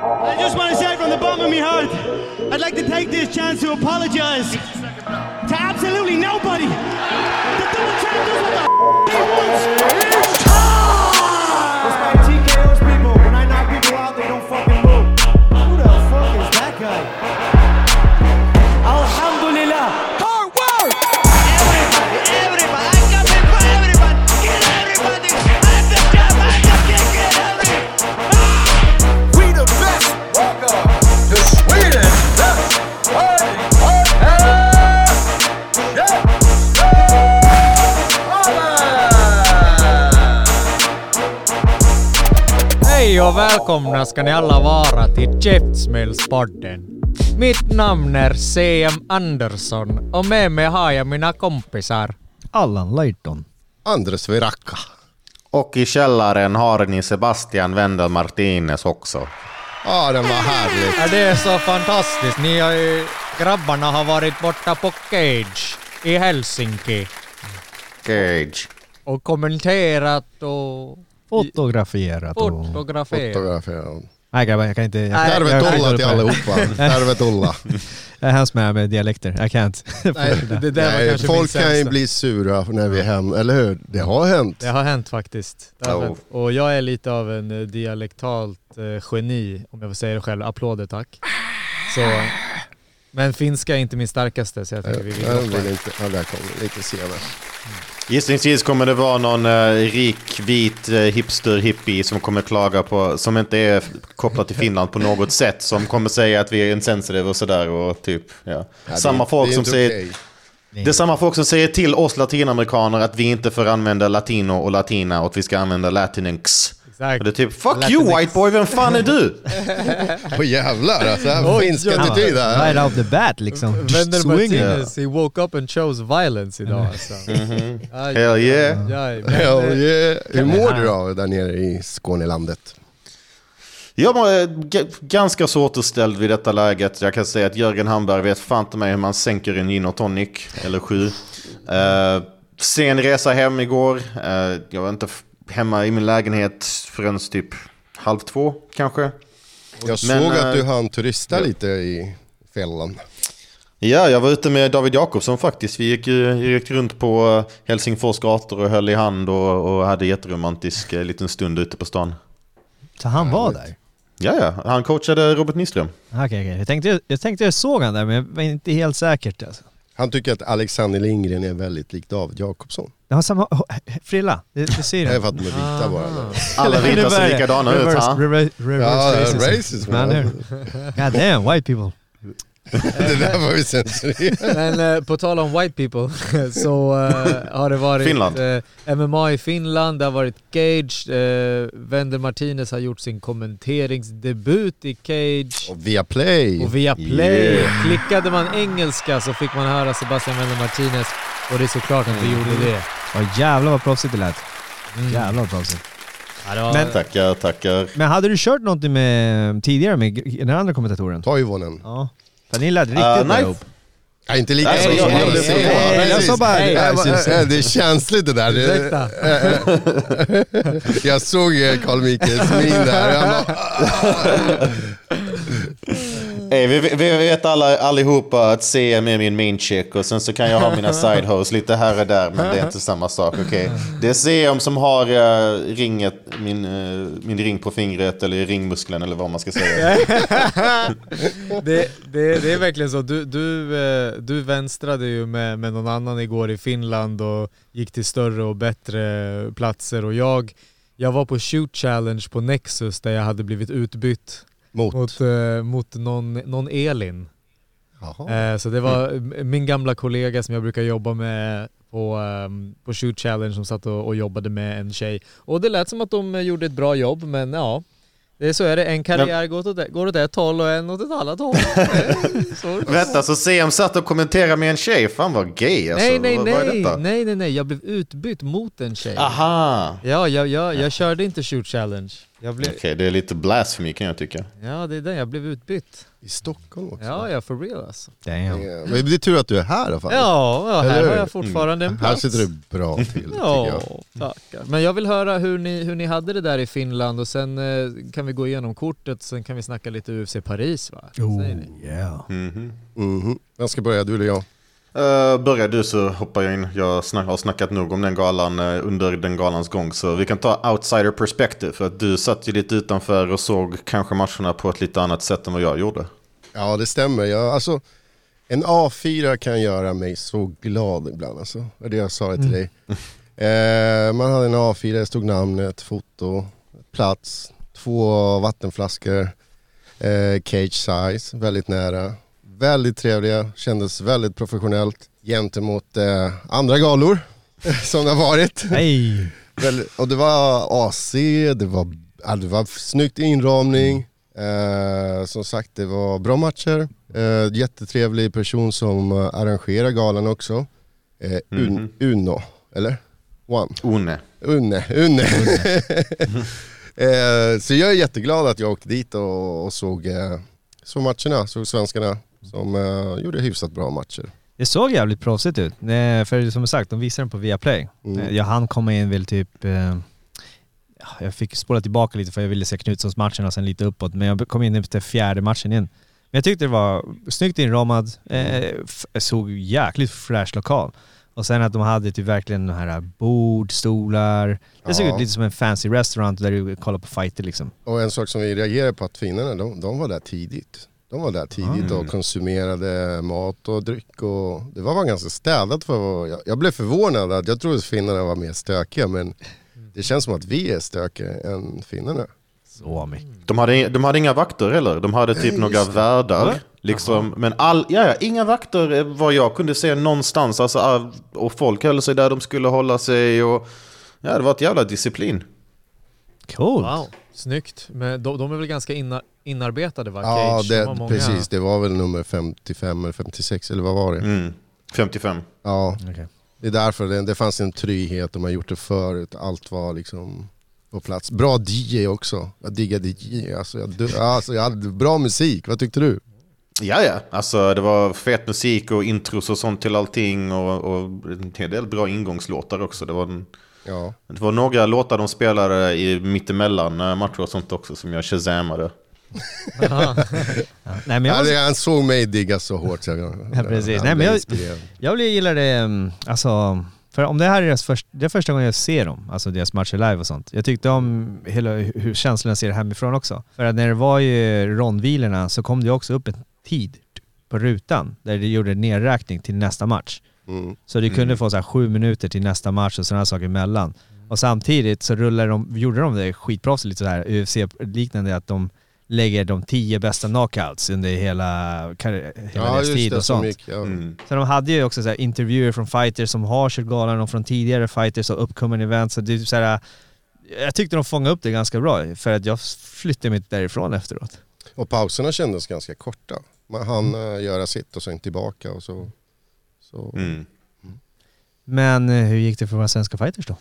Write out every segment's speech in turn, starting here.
I just want to say from the bottom of my heart, I'd like to take this chance to apologize to absolutely nobody. The double champ does what the he wants. It's time! This man TKO's people. When I knock people out, they don't fucking move. Who the fuck is that guy? Alhamdulillah. Hard work! Everybody, I come in for everybody. Get everybody. I'm the champ, I'm the king, get everybody. We the best. Welcome to Sweden. Hej och välkomna ska ni alla vara till Käftsmällspodden. Mitt namn är CM Andersson och med mig har jag mina kompisar Allan Leighton, Andres Veracka. Och i källaren har ni Sebastian Wendel Martinez också. Ja, den var härlig. Ja, det är så fantastiskt. Ni har ju, grabbarna har varit borta på Cage i Helsinki Cage. och kommenterat och fotograferat. Fotograferat. Nej grabbar, jag kan inte. Tervetuloa till allihopa. Tervetuloa. Jag är hemskt med dialekter. Jag kan inte. Nej, folk kan ju bli sura när vi är hem, eller hur? Det har hänt. Det har hänt faktiskt. Och jag är lite av en dialektalt geni, om jag får säga det själv. Applåder, tack. Så, men finska är inte min starkaste, så jag tänker vi vill inte. Ja, där kommer lite senare. Gissningsvis kommer det vara någon rik, vit hipster-hippie som kommer klaga på, som inte är kopplad till Finland på något sätt, som kommer säga att vi är insensitive och sådär och typ, ja. Samma folk som säger... Okay. Det är samma folk som säger till oss latinamerikaner att vi inte får använda latino och latina och att vi ska använda latinx. Och det är typ, fuck latinx. You white boy, vem fan är du? Jävlar, alltså finska attityd där. Right off the bat liksom. Wendel Martinez, he woke up and chose violence idag alltså. Hell yeah. Hell yeah. Hur mår du då där nere i Skånelandet? Jag var ganska så återställd vid detta läget. Jag kan säga att Jörgen Hamberg vet fan till mig hur man sänker en gin och tonic eller 7. Sen resa hem igår. Jag var inte hemma i min lägenhet förrän typ 1:30 kanske. Jag såg att du hann turista lite i fjällen. Ja, jag var ute med David Jakobsson faktiskt. Vi gick runt på Helsingfors gator och höll i hand och hade jätteromantisk liten stund ute på stan. Så han var där? Ja, han coachade Robert Nyström. Okej. Jag tänkte jag såg han där, men jag var inte helt säkert alltså. Han tycker att Alexander Lindgren är väldigt lik David Jakobsson. Det har samma frilla, det ser du. Det är för att de är vita bara. Alla vita ser likadana ut, ha? Reverse racism. God damn, white people. Det där var vi censurerat. Men på tal om white people så har det varit Finland. MMA i Finland, det har varit Cage. Wendel Martinez har gjort sin kommenteringsdebut i Cage. Och via Play. Yeah. Klickade man engelska så fick man höra Sebastian Wendel Martinez. Och det är såklart att vi gjorde det. Och jävlar vad proffsigt det lät. Jävlar vad proffsigt. Ja, men, tackar. Men hade du kört någonting med tidigare med den andra kommentatoren? Toivonen. Ja. För ni lät riktigt bra ihop. Ja, inte lika så. Jag sa bara... Det är känsligt det där. Jag såg Carl Mikkels min där. Vi vet allihopa att CM är min main chick och sen så kan jag ha mina side hoes lite här och där, men det är inte samma sak, okej? Det är CM som har min ring på fingret eller ringmuskeln eller vad man ska säga. det är verkligen så. Du vänstrade ju med någon annan igår i Finland och gick till större och bättre platser, och jag var på shoot challenge på Nexus där jag hade blivit utbytt mot någon Elin. Så det var min gamla kollega som jag brukar jobba med på Shoot Challenge som satt och jobbade med en tjej. Och det lät som att de gjorde ett bra jobb, men ja, så är det. En karriär går åt ett håll och en åt ett annat håll. Vänta, så CM satt och kommenterade med en tjej. Fan vad gay alltså. Nej, jag blev utbytt mot en tjej. Aha. Ja, jag körde inte Shoot Challenge. Okej, det är lite blasphemy kan jag tycka. Ja, det är det. Jag blev utbytt. I Stockholm också. Ja, for real alltså. Men det är tur att du är här i alla fall. Ja, här har jag fortfarande en plats. Här sitter du bra till, tycker jag. Tackar. Men jag vill höra hur ni hade det där i Finland och sen kan vi gå igenom kortet, sen kan vi snacka lite UFC Paris, va? Vem ska börja, du eller jag? Börjar du så hoppar jag in. Jag har snackat nog om den galan under den galans gång, så vi kan ta outsider perspective, för att du satt ju lite utanför och såg kanske matcherna på ett lite annat sätt än vad jag gjorde. Ja, det stämmer. Alltså, en A4 kan göra mig så glad ibland. Alltså. Det är det jag sa till dig. Man hade en A4, det stod namnet, foto, plats, 2 vattenflaskor, cage size, väldigt nära. Väldigt trevliga, kändes väldigt professionellt gentemot andra galor som det har varit. Hej! Och det var AC, det var snyggt inramning. Som sagt, det var bra matcher. Jättetrevlig person som arrangerar galan också. Uno, eller? Unne. Så jag är jätteglad att jag åkte dit och såg matcherna, såg svenskarna som gjorde hyfsat bra matcher. Det såg jävligt proffsigt ut. För som sagt, de visade den på Viaplay. Jag hann komma in väl typ... jag fick spola tillbaka lite för jag ville se Knutssons matchen och sen lite uppåt. Men jag kom in efter 4:e matchen in. Men jag tyckte det var snyggt inramad. Såg jäkligt fräsch lokal. Och sen att de hade typ verkligen de här bord, stolar. Det såg ut lite som en fancy restaurant där du kollar på fighter liksom. Och en sak som vi reagerade på, att finnarna, de var där tidigt. De var där tidigt och konsumerade mat och dryck. Och det var ganska städat. Jag blev förvånad att jag trodde att finnarna var mer stökiga. Men det känns som att vi är stökiga än finnarna. Så mycket. De hade inga vakter heller. De hade typ några värdar. Liksom, men inga vakter vad jag kunde se någonstans. Alltså, och folk höll sig där de skulle hålla sig. Och, det var ett jävla disciplin. Cool. Wow, snyggt. Men de är väl ganska inarbetade, va? Ja, Cage, precis. Det var väl nummer 55 eller 56, eller vad var det? 55. Ja, okay. Det är därför det fanns en trygghet och man gjort det förut. Allt var liksom på plats. Bra DJ också. Jag diggar DJ. Alltså, jag hade bra musik. Vad tyckte du? Ja. Alltså, det var fet musik och intros och sånt till allting. Och en hel del bra ingångslåtar också. Det var några låtar de spelade i mittemellan matcher och sånt också som jag shazamade. Nej, men han såg mig digga så hårt. Precis. Nej, men jag gillar det. Alltså, för om det här är det första gången jag ser dem, alltså deras matcher live och sånt. Jag tyckte om hur känslan ser hemifrån också. För att när det var ju rondvilerna så kom det också upp en tid på rutan där det gjorde nedräkning till nästa match. Så du kunde få så här 7 minuter till nästa match och sådana saker emellan. Och samtidigt så gjorde de det skitproffsigt, lite så här UFC-liknande, att de lägger de 10 bästa knockouts under hela deras tid och sånt. Så de hade ju också så här intervjuer från fighters som har kört galan och från tidigare fighters och upcoming events. Så det är så här, jag tyckte de fångade upp det ganska bra, för att jag flyttade mig därifrån efteråt. Och pauserna kändes ganska korta. Man hann göra sitt och sen tillbaka och så. Men hur gick det för våra svenska fighters då?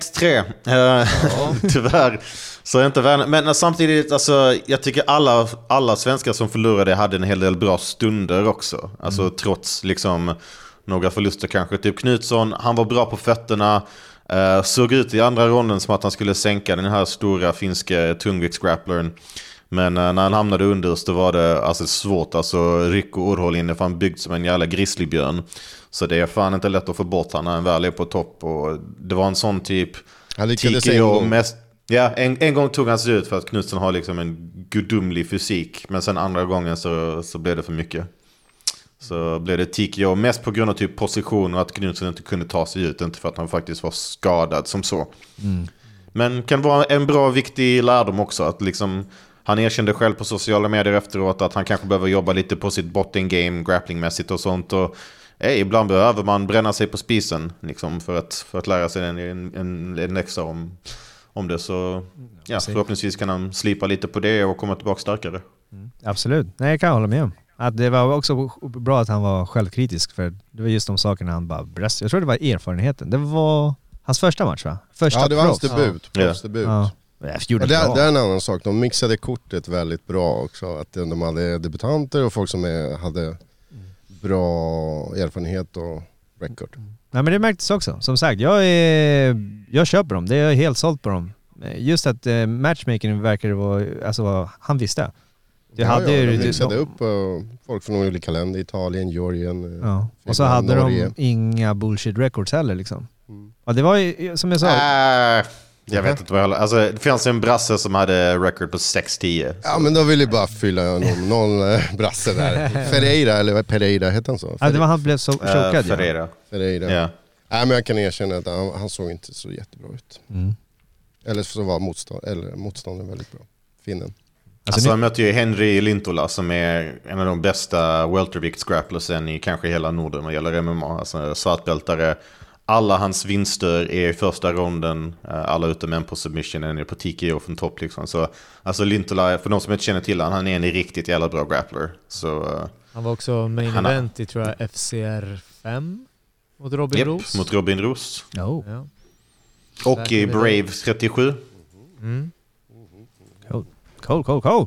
1-3. Tyvärr. Så är inte värre. Men samtidigt, alltså, jag tycker alla svenskar som förlorade hade en hel del bra stunder också. Alltså trots liksom några förluster kanske. Typ Knutsson, han var bra på fötterna. Såg ut i andra ronden som att han skulle sänka den här stora finska tungviktsgrapplern. Men när han hamnade under så var det alltså svårt. Alltså Rico Orholin är fan byggd som en jävla grizzlybjörn. Så det är fan inte lätt att få bort han när han väl är på topp. Och det var en sån typ... Han lyckades en gång. En gång tog han sig ut för att Knutsson har liksom en gudomlig fysik. Men sen andra gången så blev det för mycket. Så blev det TKO mest på grund av typ position och att Knutsson inte kunde ta sig ut. Inte för att han faktiskt var skadad som så. Men kan vara en bra viktig lärdom också. Att liksom... Han erkände själv på sociala medier efteråt att han kanske behöver jobba lite på sitt botting game, grapplingmässigt och sånt. Och ibland behöver man bränna sig på spisen liksom, för att lära sig en läxa om det. Så förhoppningsvis kan han slipa lite på det och komma tillbaka starkare. Absolut. Nej, jag kan hålla med om. Att det var också bra att han var självkritisk, för det var just de sakerna han bara bräst. Jag tror det var erfarenheten. Det var hans första match, va? Det var hans debut. Ja. gjorde det bra. är en annan sak. De mixade kortet väldigt bra också. Att de hade debutanter och folk som hade bra erfarenhet och record. Nej, men det märktes också. Som sagt, jag köper dem. Det är helt sålt på dem. Just att matchmaking verkade vara, alltså han visste. De mixade upp folk från olika länder, Italien, Georgien. Ja. Och så hade Norge. De inga bullshit records heller liksom. Ja, det var ju, som jag sa. Jag vet inte vad jag håller. Alltså, det fanns en brasse som hade record på 6-10. Ja, men då ville jag bara fylla någon brasse där. Pereira heter han så? Ja, det var han blev så chockad. Ferreira. Ja. Nej, men jag kan erkänna att han såg inte så jättebra ut. Eller så var motståndaren väldigt bra. Finnen. Alltså han mötte ju Henry Lintola som är en av de bästa welterviktsgrapplersen i kanske hela Norden vad gäller MMA. Alltså svartbältare. Alla hans vinster är i första ronden, alla utom en på submission, en är på TKO från topp liksom. Så alltså Lintola, för de som inte känner till han är en riktigt jävla bra grappler. Så han var också main event i, tror jag, FCR 5 mot Robin Roos. Mot Robin Roos. Oh. Ja. Och i Brave 37. Cool.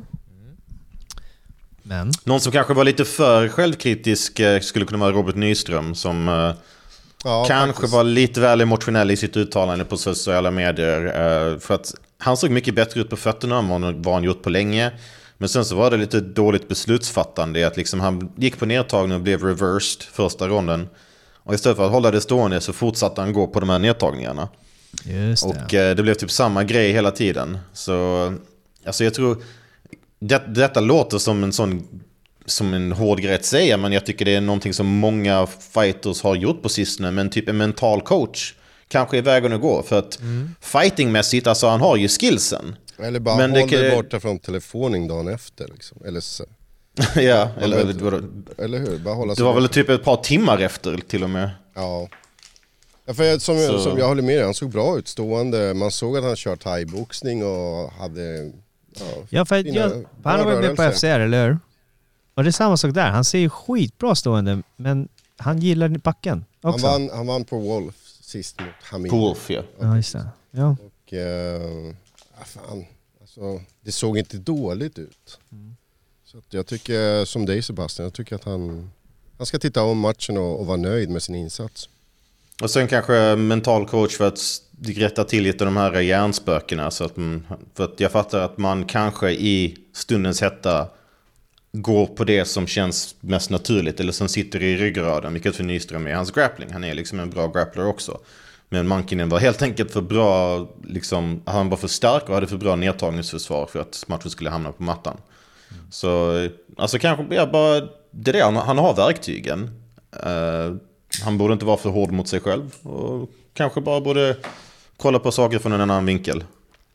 Men någon som kanske var lite för självkritisk skulle kunna vara Robert Nyström som kanske var lite väl emotionell i sitt uttalande på sociala medier. För att han såg mycket bättre ut på fötterna än vad han gjort på länge. Men sen så var det lite dåligt beslutsfattande att liksom han gick på nedtagning och blev reversed första ronden. Och istället för att hålla det stående så fortsatte han gå på de här nedtagningarna. Just det. Och det blev typ samma grej hela tiden. Så alltså jag tror detta låter som en hård grej att säga, men jag tycker det är någonting som många fighters har gjort på sistone, men typ en mental coach kanske är vägen att gå, för att fightingmässigt, alltså han har ju skillsen. Eller bara håller borta från telefonen dagen efter liksom. Eller så. Ja, eller hur? Bara hålla det var väl typ ett par timmar efter till och med. Ja. För som jag håller med dig, han såg bra ut stående. Man såg att han kört thai-boxning och hade han har varit med på FCR, eller hur? Och det är samma sak där. Han ser ju skitbra stående, men han gillar backen också. Han vann på Wolf sist mot Hamid. På Wolf, ja. Ja, just det. Ja. Och fan, alltså, det såg inte dåligt ut. Så att jag tycker, som dig Sebastian, jag tycker att han ska titta om matchen och vara nöjd med sin insats. Och sen kanske mental coach för att rätta till lite de här hjärnspökena. Så att, för att jag fattar att man kanske i stundens hetta går på det som känns mest naturligt eller som sitter i ryggraden, vilket för Nyström är hans grappling. Han är liksom en bra grappler också. Men Mankinen var helt enkelt för bra, liksom, han var för stark och hade för bra nedtagningsförsvar för att matchen skulle hamna på mattan. Så alltså kanske bara det är det, han har verktygen. Han borde inte vara för hård mot sig själv och kanske bara borde kolla på saker från en annan vinkel.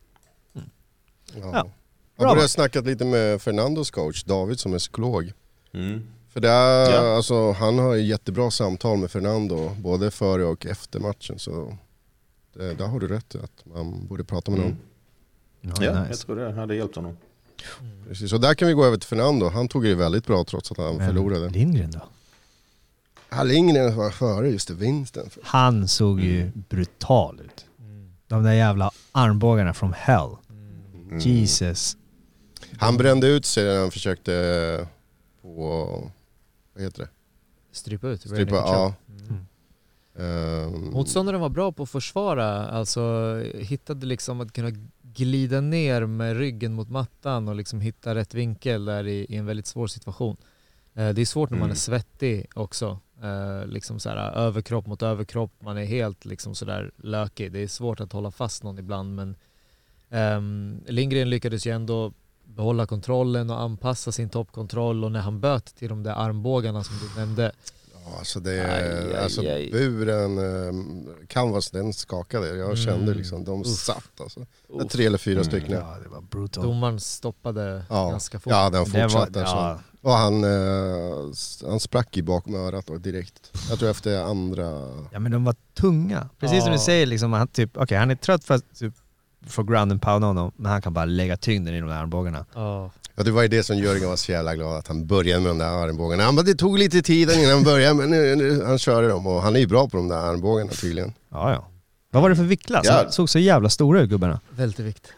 Ja. Jag började snacka lite med Fernandos coach David som är psykolog. För alltså, han har jättebra samtal med Fernando både före och efter matchen, så där har du rätt att man borde prata med någon. Jag tror det hade hjälpt honom. Precis, och där kan vi gå över till Fernando. Han tog det väldigt bra trots att han förlorade. Lindgren då? Lindgren var före just vinsten. Han såg ju brutal ut. De där jävla armbågarna från hell. Jesus. Han brände ut sig när han försökte på, vad heter det? Strypa ut. Ja. Motståndaren var bra på att försvara, alltså hittade liksom att kunna glida ner med ryggen mot mattan och liksom hitta rätt vinkel där i en väldigt svår situation. Det är svårt när man är svettig också. Liksom så här, överkropp mot överkropp, man är helt liksom så där lökig. Det är svårt att hålla fast någon ibland, men Lindgren lyckades ju ändå behålla kontrollen och anpassa sin toppkontroll, och när han böt till de där armbågarna som du nämnde. Alltså buren, canvas, den skakade. Jag kände liksom, de satt alltså. 3 eller 4 stycken. Ja, det var brutal. Domaren stoppade ganska fort. Ja, den fortsatte. Och han sprack i bakom örat då, direkt. Jag tror efter andra... Ja, men de var tunga. Precis som du säger, liksom, han, typ, han är trött för att typ, få ground and pound honom, men han kan bara lägga tyngden i de där armbågarna. Ja, det var ju det som Jörgen var så jävla glad att han började med de där armbågarna. Han bara, det tog lite tid innan han började, men nu han körde dem, och han är ju bra på de där armbågarna tydligen. Ja. Vad var det för viktklass? Ja. De såg så jävla stora ut, gubbarna. Vältevikt.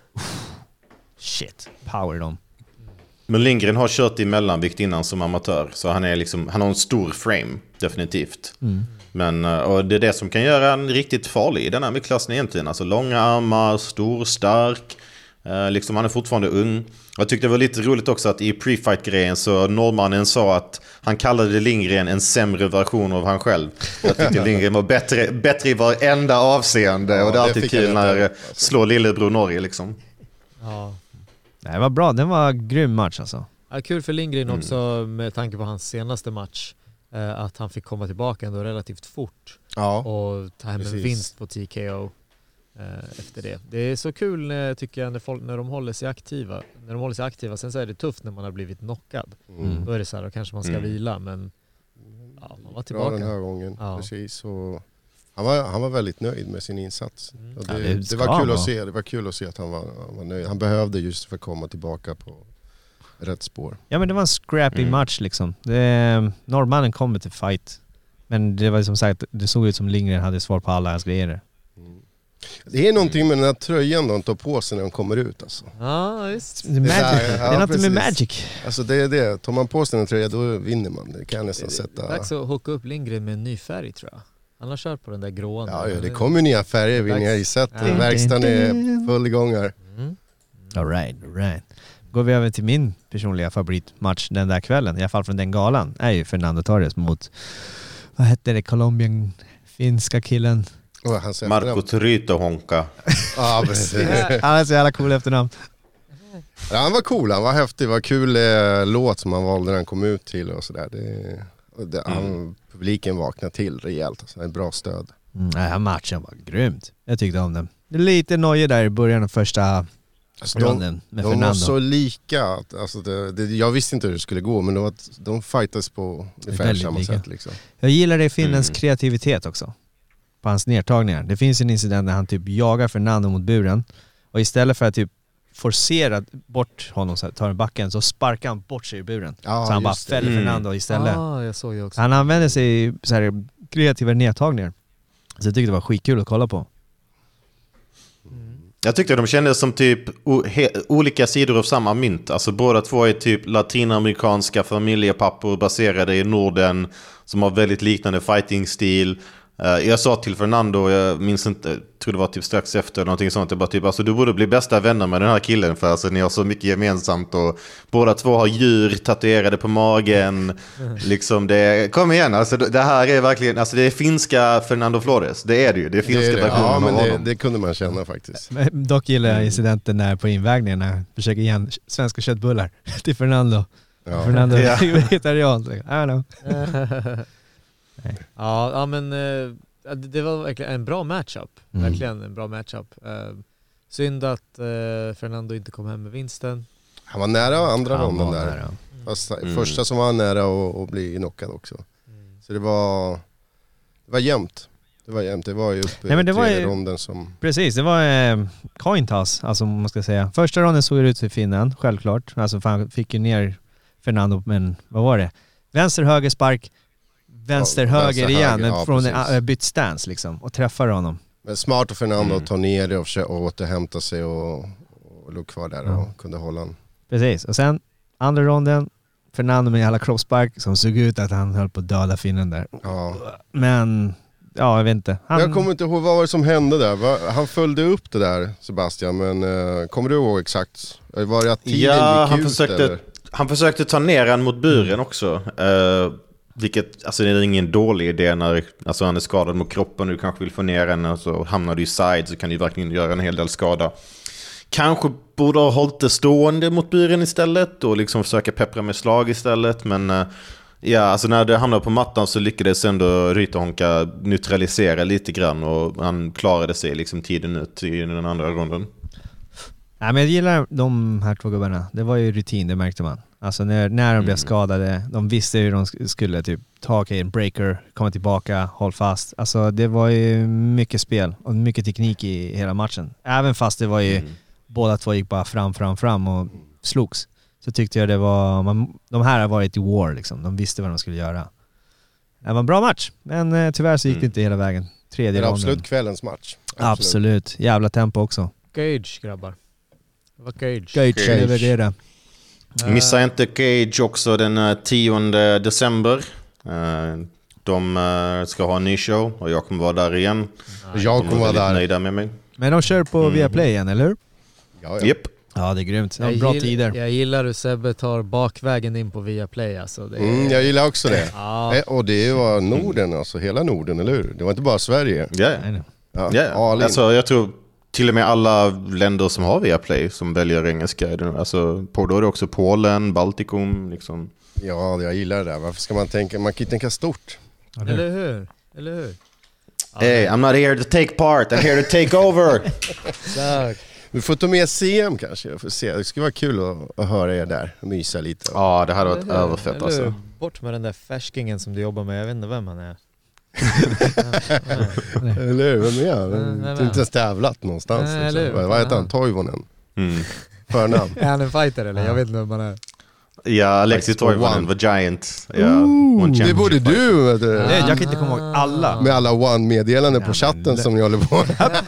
Shit, power dem. Men Lindgren har kört i mellanvikt innan som amatör. Så han har en stor frame, definitivt. Men, och det är det som kan göra en riktigt farlig i den här viktklassen egentligen. Alltså långa armar, stor, stark. Liksom han är fortfarande ung. Jag tyckte det var lite roligt också att i pre-fight-grejen så norrmannen sa att han kallade Lindgren en sämre version av han själv. Jag tyckte Lindgren var bättre i varenda avseende. Ja, och det är alltid kul när slår lillebror Norge liksom. Ja. Nej, det var bra. Den var grym match alltså. Ja, kul för Lindgren också med tanke på hans senaste match. Att han fick komma tillbaka ändå relativt fort. Ja, Och ta hem en vinst på TKO efter det. Det är så kul tycker jag när de håller sig aktiva. När de håller sig aktiva, sen så är det tufft när man har blivit knockad. Då är det så här, då kanske man ska vila, men ja, man var tillbaka. bra den här gången, precis. Och han var väldigt nöjd med sin insats. Och det var kul att se. Det var kul att se att han var nöjd. Han behövde just för att komma tillbaka på rätt spår. Ja, men det var en scrappy match liksom. Norrmannen kom till fight. Men det var som sagt, det såg ut som Lindgren hade svar på alla hans grejer. Det är någonting med den här tröjan de tar på sig när de kommer ut alltså. Ja, visst. Det är något med magic. Alltså det är det. Tar man på sig en tröja då vinner man. Det kan jag nästan sätta. Det är dags att hooka upp Lindgren med en ny färg tror jag. Han har kört på den där gråa. Ja, det kommer nya färger vill ni ha sett. Verkstaden är full igång här. All right. Går vi över till min personliga favoritmatch den där kvällen, i alla fall från den galan, är ju Fernando Torres mot, vad hette det, Colombian finska killen? Marco Rytohonka. Ja, precis. Han är så jävla cool efternamn. Ja, han var cool, han var häftig, det var kul låt som han valde när han kom ut till och sådär. Publiken vaknade till rejält, alltså. Ett bra stöd. Den här matchen var grymt. Jag tyckte om den. Det är lite noje där i början av första ronden med Fernando. De var så lika. Alltså jag visste inte hur det skulle gå, men de fightas på ungefär samma sätt. Liksom. Jag gillar det Finnens kreativitet också. På hans nedtagningar. Det finns en incident där han typ jagar Fernando mot buren. Och istället för att typ forcera bort honom så här, tar en backen, så sparkar han bort sig i buren. Ja, så han bara fäller Fernando istället. Jag såg ju också. Han använder sig så här kreativa nedtagningar. Så jag tyckte det var skitkul att kolla på. Jag tyckte de kändes som typ olika sidor av samma mynt. Alltså båda två är typ latinamerikanska familjepappor baserade i Norden som har väldigt liknande fighting-stil. Jag sa till Fernando, jag minns inte, tror det var typ strax efter någonting sånt, jag bara typ, alltså du borde bli bästa vänner med den här killen för alltså ni har så mycket gemensamt och båda två har djur tatuerade på magen. Liksom det, kom igen, alltså det här är verkligen, alltså det är finska Fernando Flores, det är det ju, det är finska versionen av honom. Ja, men det kunde man känna faktiskt. Dock gillar jag incidenten när på invägningen när jag försöker ge en svenska köttbullar till Fernando. Ja. Fernando är vegetarian, I don't know. Ja, men det var verkligen en bra matchup. Verkligen en bra matchup. Synd att Fernando inte kom hem med vinsten. Han var nära andra ronden där. Fast första som var nära att bli knockad också. Så det var jämnt. Det var ju uppe till ronden som... Precis, det var coin toss, alltså man ska säga. Första ronden såg ut till finnen, självklart. Alltså han fick ju ner Fernando, men vad var det? Vänster, höger, spark. Vänster, höger igen, men från en bytt stance liksom, och träffar honom. Men smart av Fernando att ta ner det och återhämta sig och låg kvar där och kunde hålla han. Precis, och sen andra ronden, Fernando med alla kroppspark som såg ut att han höll på att döda finnen där. Ja. Men, ja, jag vet inte. Jag kommer inte ihåg vad var det som hände där. Han följde upp det där, Sebastian, men kommer du ihåg exakt? Var det att tiden gick ut? Han försökte ta ner han mot buren också. Vilket, alltså det är ingen dålig idé när alltså han är skadad mot kroppen och du kanske vill få ner den och så hamnar du i side så kan du verkligen göra en hel del skada. Kanske borde ha hållit det stående mot buren istället och liksom försöka peppra med slag istället, men ja, alltså när det hamnade på mattan så lyckades ändå Rytohonka neutralisera lite grann och han klarade sig liksom tiden ut i den andra ronden. Nej, men jag gillar de här två gubbarna. Det var ju rutin, det märkte man. Alltså när de blev skadade, de visste hur de skulle typ ta en breaker, komma tillbaka, håll fast. Alltså det var ju mycket spel och mycket teknik i hela matchen. Även fast det var ju båda två gick bara fram och slogs. Så tyckte jag det var, de här har varit i war liksom. De visste vad de skulle göra. Det var en bra match, men tyvärr så gick det inte hela vägen. Tredje ronden. Absolut kvällens match. Absolut. Jävla tempo också. Cage, grabbar. Det var Cage. Cage. Det är det. Missa inte Cage också den 10 december. De ska ha en ny show och jag kommer vara där igen. Jag kommer vara där. Nöjda med mig. Men de kör på Viaplay igen, eller hur? Ja. Japp. Ja, det är grymt. Det är bra tider. Jag gillar hur Sebbe tar bakvägen in på Viaplay. Alltså. Det jag gillar också det. Ja. Och det var Norden, alltså hela Norden, eller hur? Det var inte bara Sverige. Ja. Alltså, jag tror till och med alla länder som har Viaplay som väljer engelska. Alltså, då är det också Polen, Baltikum. Liksom. Ja, jag gillar det där. Varför ska man tänka? Man kan ju tänka stort. Eller hur? Hey, I'm not here to take part, I'm here to take over. Vi får ta med CM kanske. Får se. Det skulle vara kul att höra er där. Mysa lite. Ja, det hade varit överfett alltså. Bort med den där färskingen som du jobbar med. Jag vet inte vem han är. Eller hur? Vem är han? Du har inte ens tävlat någonstans. Vad heter han? Toivonen. Förnamn. Är han en fighter eller? Jag vet inte vem han är. Ja, Alexis Toivonen var Giant. Det borde du, vet du. Jag kan inte komma ihåg alla. Med alla one-meddelanden på chatten som ni håller på.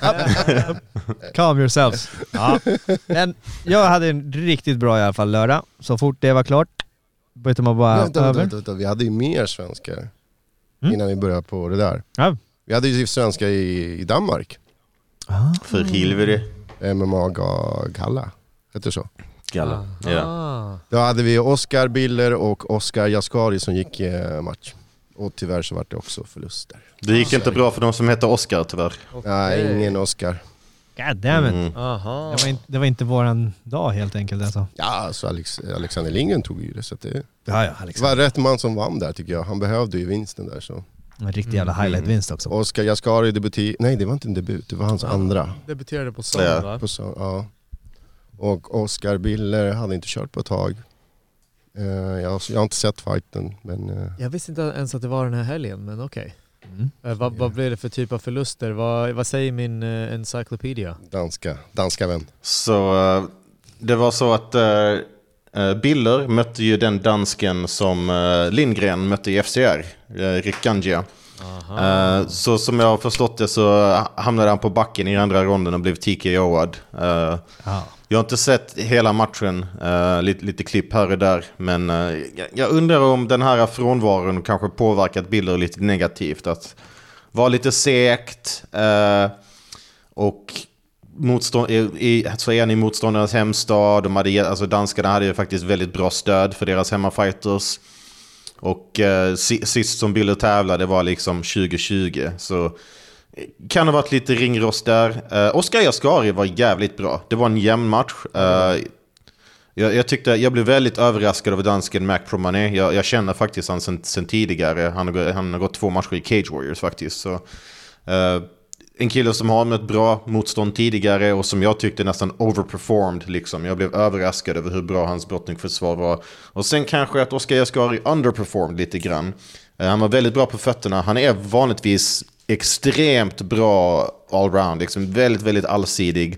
Calm yourselves. Ja. Men jag hade en riktigt bra i alla fall lördag. Så fort det var klart började man bara Vänta. Vi hade ju mer svenskar innan vi började på det där. Ja. Vi hade ju svenskar i Danmark. För Hilveri. MMA-galla. Heter så? Galla. Ja. Då hade vi Oscar Biller och Oscar Jaskari som gick match. Och tyvärr så var det också förluster. Det gick inte bra för de som heter Oscar tyvärr. Nej, ingen Oscar. God damn it. Det var inte våran dag helt enkelt alltså. Ja, alltså Alexander Lindgren tog ju det. Så att det Alexander. var rätt man som vann där tycker jag. Han behövde ju vinsten där så. En riktig jävla highlight-vinst också. Oscar Jaskari Nej, det var inte en debut. Det var hans andra. Debuterade på Sand, va? Ja. Och Oscar Biller hade inte kört på ett tag. Jag har inte sett fighten. Men, jag visste inte ens att det var den här helgen, men okej. Vad blev det för typ av förluster? Vad säger min encyclopedia? Danska vän. Så det var så att Biller mötte ju den dansken som Lindgren mötte i FCR, Rick Gangia. Så som jag har förstått det så hamnade han på backen i andra ronden och blev TKO'ad. Jag har inte sett hela matchen, lite klipp här och där, men jag undrar om den här frånvaron kanske påverkat Biller lite negativt. Att vara lite segt och så är han i motståndarnas hemstad. Danskarna hade ju faktiskt väldigt bra stöd för deras hemmafighters. Och sist som Biller tävlade var liksom 2020, så kan ha varit lite ringrost där. Oscar Jaskari var jävligt bra. Det var en jämn match. Jag blev väldigt överraskad över dansken Mac Promané. Jag känner faktiskt han sen tidigare. Han har gått 2 matcher i Cage Warriors faktiskt. Så, en kille som har mött bra motstånd tidigare och som jag tyckte nästan overperformed. Liksom. Jag blev överraskad över hur bra hans brottningsförsvar var. Och sen kanske att Oscar Jaskari underperformed lite grann. Han var väldigt bra på fötterna. Han är vanligtvis extremt bra allround, liksom väldigt, väldigt allsidig.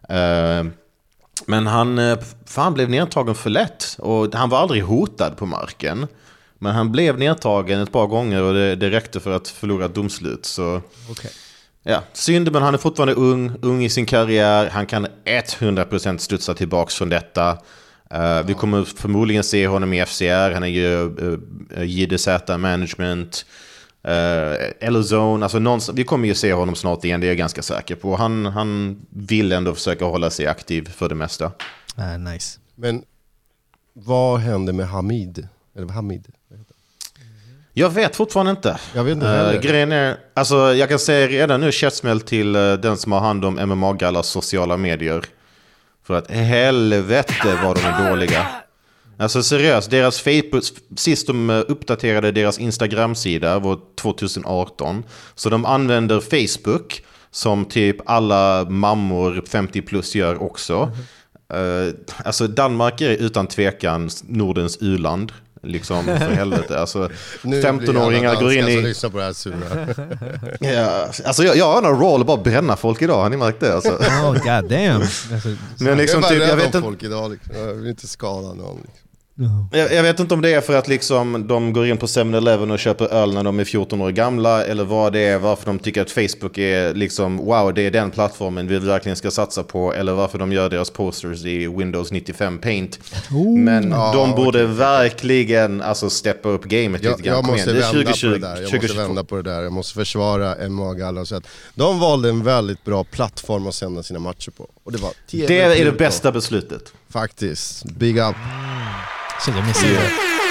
Men han blev nedtagen för lätt och han var aldrig hotad på marken. Men han blev nedtagen ett par gånger och det räckte för att förlora ett domslut. Så ja, synd, men han är fortfarande ung i sin karriär. Han kan 100% studsa tillbaks från detta. Vi kommer förmodligen se honom i FCR. Han är ju JDZ Management. Eller Zone, alltså vi kommer ju se honom snart igen, det är jag ganska säker på. Han vill ändå försöka hålla sig aktiv för det mesta. Nice. Men vad hände med Hamid? Eller Hamid? Jag vet fortfarande inte. Jag vet inte grejen är, alltså jag kan säga redan nu käftsmäll till den som har hand om MMA-gallas sociala medier. För att helvete vad de är dåliga. Alltså seriöst, deras Facebook, sist de uppdaterade deras Instagram-sida var 2018. Så de använder Facebook som typ alla mammor 50 plus gör också. Alltså Danmark är utan tvekan Nordens u-land. Liksom för helvete. Alltså 15-åringar går in i... På det här sura. Ja, alltså jag har en roll att bara bränna folk idag, har ni märkt det? Alltså. Oh god damn. Men liksom, jag typ, jag vet inte inte... folk idag liksom. Jag vill inte skada någon liksom. Jag vet inte om det är för att liksom de går in på 7-Eleven och köper öl när de är 14 år gamla, eller vad det är, varför de tycker att Facebook är liksom, wow, det är den plattformen vi verkligen ska satsa på, eller varför de gör deras posters i Windows 95 Paint. Men de borde verkligen alltså steppa upp gamet lite grann. Jag måste det är vända 2020, på det där. Jag måste vända på det där. Jag måste försvara MMA Galla. Så att de valde en väldigt bra plattform att sända sina matcher på. Och det var det är det bästa beslutet. Faktiskt. Big up. Så jag missade det.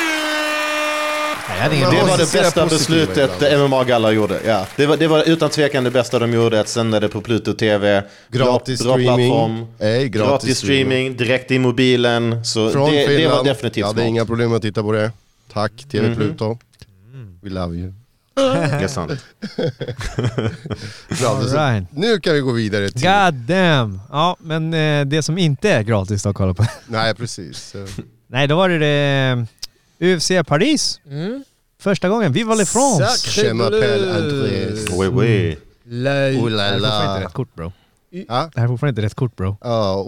Det var det bästa beslutet MMA Galla gjorde. Ja, det var utan tvekan det bästa de gjorde, att sända det på Pluto TV. Gratis bra streaming. Plattform. Gratis streaming, direkt i mobilen. Så det var definitivt jag hade smart. inga problem att titta på det. Tack TV Pluto. We love you. Det är sant. Right. Nu kan vi gå vidare till... God damn! Ja, men det som inte är gratis att kolla på. Nej, precis. Nej, då var det UFC Paris. Första gången. Vive la France! Je m'appelle Andrés. Oui. Oh la Det här är fortfarande la. inte rätt kort, bro. Ah? Det här är fortfarande inte rätt kort, bro.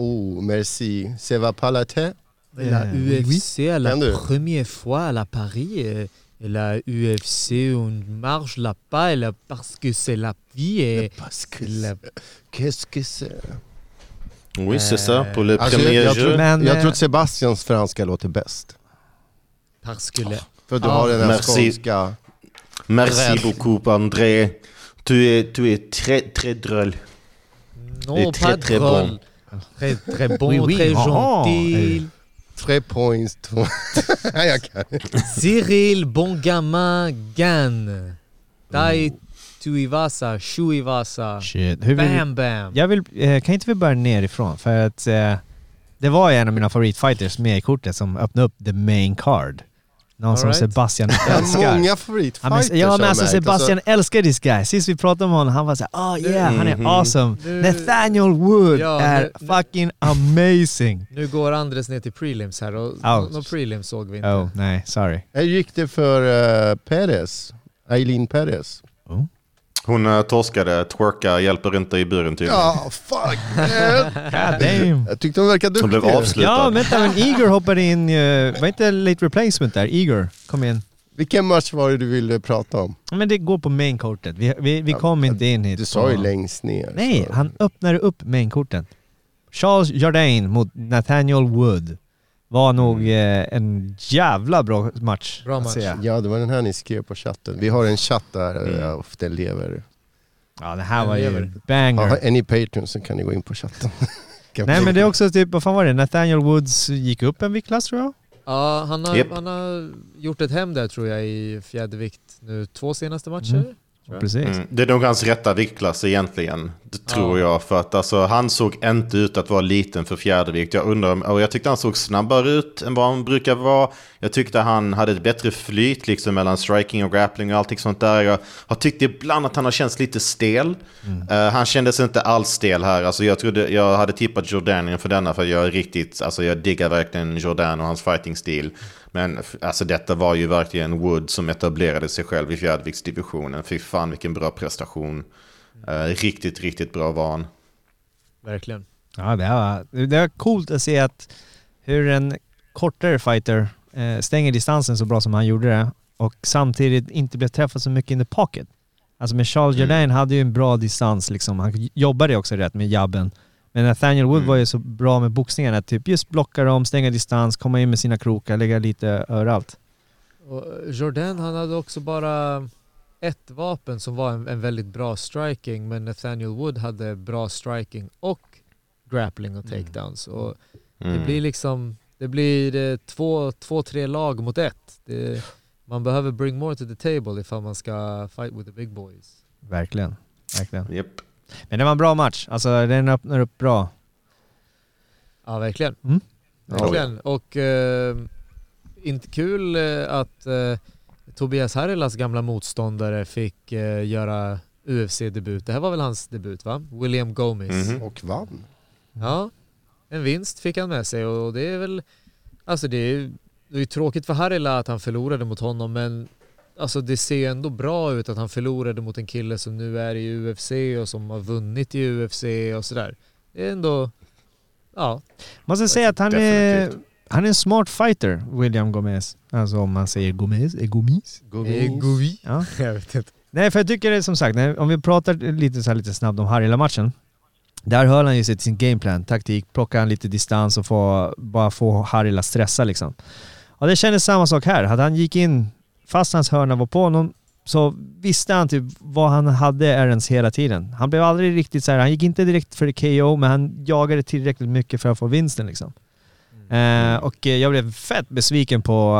Merci. C'est va pas la tête? La UFC, la Kan du? première fois à la Paris, et la UFC, on marche là-bas, parce que c'est la vie. Et Qu'est-ce que c'est? Oui, c'est ça. Pour le Alltså, premier jag jeu. Men, tror att Sebastians franska låter bäst. parce que la... För du har den här Merci. skånska... Merci beaucoup, André. Tu es très, très drôle. Non, Et pas très, très drôle. bon. Très, très bon, Oui, oui. très Oh, gentil. 3 points. Nej, jag kan. Cyril, bon gamin, gagne. Dai Tuivasa, Shuivasa. shit. Hur Bam, bam. Jag vill, kan inte vi börja nerifrån? För att det var en av mina favoritfighters med i kortet som öppnade upp the main card. Någon som All right. Sebastian Jag har älskar. många favoritfighters. Ja, men alltså har jag märkt. Sebastian älskar this guy. Sist vi pratade om honom, han var såhär, oh yeah, han är awesome. Nu- Nathaniel Wood Ja, är nu- fucking amazing. Nu går Andres ner till prelims här och någon prelims såg vi inte. Oh, nej, sorry. Hur gick det för Perez? Eileen Perez? Hon torskade, twerka hjälper inte i buren tydligen. Ja, fuck man. God damn. Jag tyckte hon verkade Hon blev duktig. avslutad. Ja, vänta, men Igor hoppade in, var inte late replacement där? Igor, kom in. Vilken match var det du ville prata om? Men det går på mainkortet. Vi kom inte in hit. Du sa ju längst ner. Nej, så. han öppnade upp mainkorten. Charles Jourdain mot Nathaniel Wood var nog en jävla bra match. Bra att match. se. Ja, det var den här ni skrev på chatten. Vi har en chatt där och den lever. Ja, det här var Den ju lever. banger. Är ni Patreon så kan ni gå in på chatten. Nej, men det är också typ, vad fan var det? Nathaniel Woods gick upp en viktklass tror jag. Ja, han Japp. har gjort ett hem där tror jag i fjädervikt nu 2 senaste matcher. Tror jag. Precis. Det är nog hans rätta viktklass egentligen, det tror jag. För att alltså, han såg inte ut att vara liten för fjärdevikt. Jag tyckte han såg snabbare ut än vad han brukar vara. Jag tyckte han hade ett bättre flyt liksom, mellan striking och grappling och allting sånt där. Jag har tyckt ibland att han har känts lite stel. Han kändes inte alls stel här. Alltså, jag hade tippat Jourdain för denna, för jag är riktigt, alltså, jag diggar verkligen Jourdain och hans fighting-stil. Men alltså, detta var ju verkligen Wood som etablerade sig själv i fjärdeviktsdivisionen. Fy fan vilken bra prestation. Riktigt, riktigt bra var han. Verkligen. Ja, det var coolt att se att hur en kortare fighter stänger distansen så bra som han gjorde det och samtidigt inte blev träffad så mycket in the pocket. Alltså med Charles Jourdain hade ju en bra distans liksom. Han jobbade också rätt med jabben. Men Nathaniel Wood var ju så bra med boxningarna, typ just blocka dem, stänga distans, komma in med sina krokar, lägga lite överallt. Och Jourdain, han hade också bara ett vapen som var en väldigt bra striking, men Nathaniel Wood hade bra striking och grappling och takedowns. Och det blir liksom, det blir 2-3 lag mot ett. Man behöver bring more to the table ifall man ska fight with the big boys. Verkligen, verkligen. Yep. Men det var en bra match, alltså den öppnar upp bra. Ja, verkligen. Mm. Verkligen. Och inte kul att Tobias Harrilas gamla motståndare fick göra UFC-debut. Det här var väl hans debut, va? William Gomez. Och vann. Ja, en vinst fick han med sig och det är väl, alltså det är ju tråkigt för Harrila att han förlorade mot honom, men alltså det ser ju ändå bra ut att han förlorade mot en kille som nu är i UFC och som har vunnit i UFC och sådär. Det är ändå, ja. Måste säga att han är han är en smart fighter, William Gomez. Alltså om man säger Gomez. Ja. Jag vet inte. Nej, för jag tycker det är som sagt, om vi pratar lite snabbt om Harila-matchen. Där höll han ju sig till sin gameplan, taktik, plocka han lite distans och bara få Harila stressa liksom. Och det kändes samma sak här. Hade han gick in, fast hans hörna var på honom, så visste han typ vad han hade Aarons hela tiden. Han blev aldrig riktigt så här, han gick inte direkt för KO, men han jagade tillräckligt mycket för att få vinsten liksom. Och jag blev fett besviken på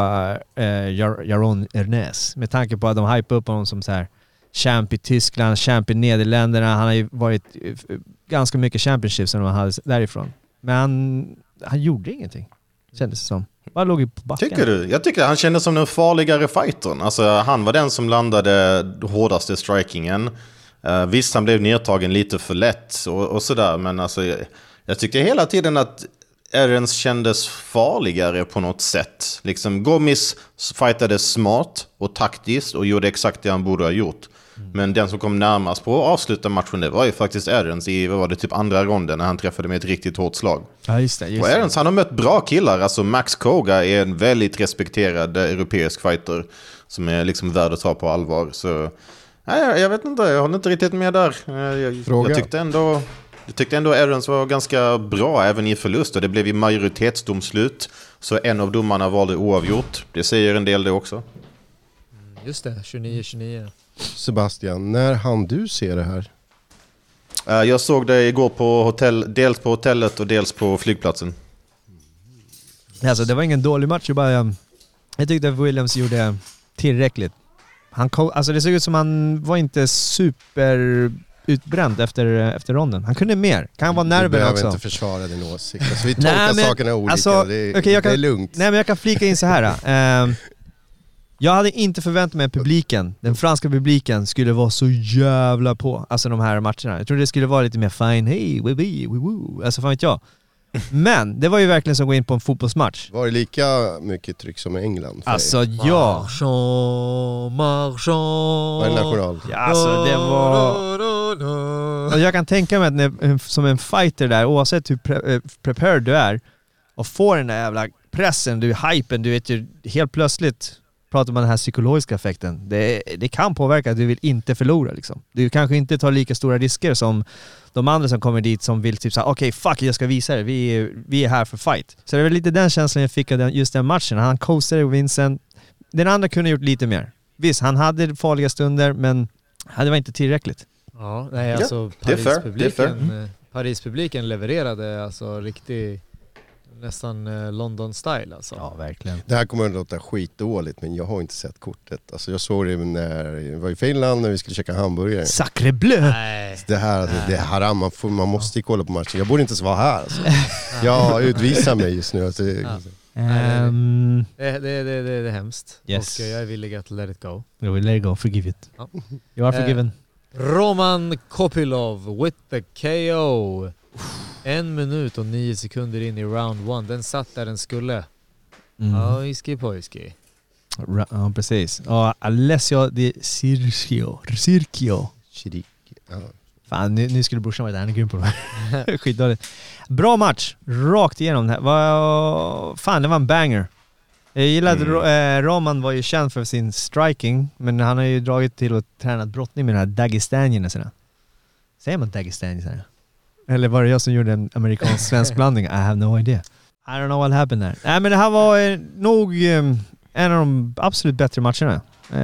Jaron Ernest med tanke på att de hypade upp honom som så här champ i Tyskland, champ i Nederländerna. Han har ju varit ganska mycket championships som han hade därifrån. Men han gjorde ingenting, kändes det som. Bara låg ju på backen. Tycker du? Jag tycker han kändes som den farligare fightern. Alltså, han var den som landade hårdaste strikingen. Visst, han blev nedtagen lite för lätt och sådär. Men alltså, jag tyckte hela tiden att Aarons kändes farligare på något sätt. Liksom, Gomis fightade smart och taktiskt och gjorde exakt det han borde ha gjort. Men den som kom närmast på att avsluta matchen, det var ju faktiskt Aarons i, vad var det, typ andra ronden när han träffade med ett riktigt hårt slag. Ja, just det. Och Aarons, han har mött bra killar. Alltså Max Koga är en väldigt respekterad europeisk fighter som är liksom värd att ta på allvar. Så nej, jag vet inte, jag håller inte riktigt med där. Jag tyckte ändå Aarons var ganska bra även i förlust, och det blev ju majoritetsdomslut. Så en av domarna valde oavgjort. Det säger en del det också. Just det, 29-29. Sebastian, när hann du se det här? Jag såg det igår på hotell, dels på hotellet och dels på flygplatsen. Alltså, det var ingen dålig match. Jag tyckte att Williams gjorde tillräckligt. Alltså det såg ut som han var inte super utbränd efter ronden. Han kunde mer. Kan han vara nervös också? Du behöver inte försvara din åsikt. Alltså, vi tolkar sakerna olika. Alltså, det är lugnt. Nej, men jag kan flika in så här. Jag hade inte förväntat mig att den franska publiken skulle vara så jävla på, alltså de här matcherna. Jag trodde det skulle vara lite mer fine, hey, woo, alltså fan vet jag. Men det var ju verkligen som att gå in på en fotbollsmatch. Var det lika mycket tryck som i England? Alltså ja. Marchand. Var det national? Ja, alltså det var... Och jag kan tänka mig att som en fighter där, oavsett hur prepared du är, och får den där jävla pressen, hypen, du vet ju helt plötsligt pratar man den här psykologiska effekten. Det kan påverka att du vill inte förlora liksom. Du kanske inte tar lika stora risker som de andra som kommer dit som vill typ såhär, okej, fuck, jag ska visa det. Vi är här för fight. Så det var lite den känslan jag fick av just den matchen. Han coastade Vincent. Den andra kunde gjort lite mer. Visst, han hade farliga stunder, men det var inte tillräckligt. Ja, nej, alltså Paris-publiken levererade alltså riktigt nästan London-style alltså. Ja, verkligen. Det här kommer att låta skitdåligt, men jag har inte sett kortet. Alltså jag såg det när jag var i Finland när vi skulle käka hamburgare. Sacre bleu! Det här, alltså, det är haram. Man måste kolla på matchen. Jag borde inte ens vara här. Alltså. Jag utvisar mig just nu. Alltså, det är hemskt. Yes. Och jag är villig att let it go. You will let it go, forgive it. Ja. You are forgiven. Roman Kopylov with the KO. 1 minut och 9 sekunder in i round 1. Den satt där den skulle. Ojski pojski. Ja, precis. Och Alessio Di Circio. Ja. Fan, nu skulle brorsan vara där. Han är grym på det här. Skitdåligt. Bra match. Rakt igenom. Fan, det var en banger. Jag gillade att Roman var ju känd för sin striking, men han har ju dragit till och tränat brottning med den här Dagestanien. Säger man Dagestanien? Eller var det jag som gjorde en amerikansk-svensk blandning? I have no idea. I don't know what happened there. Nej, men det här var nog en av de absolut bättre matcherna.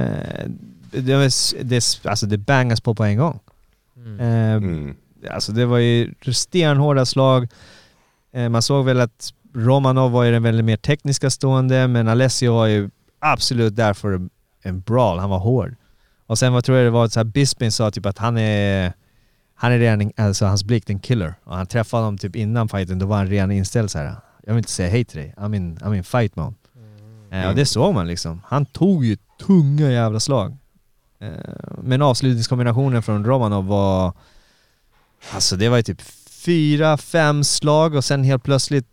Det bangas på en gång. Alltså det var ju stenhårda slag. Man såg väl att Romanov var ju den väldigt mer tekniska stående, men Alessio var ju absolut där för en brawl. Han var hård. Och sen tror jag det var så här, Bisping sa typ att han är redan, alltså hans blick en killer. Och han träffade honom typ innan fighten, då var han redan inställd så här. Jag vill inte säga hej till dig. I'm in fight mode. Och det såg man liksom. Han tog ju tunga jävla slag. Men avslutningskombinationen från Romanov var, alltså det var ju typ 4-5 slag och sen helt plötsligt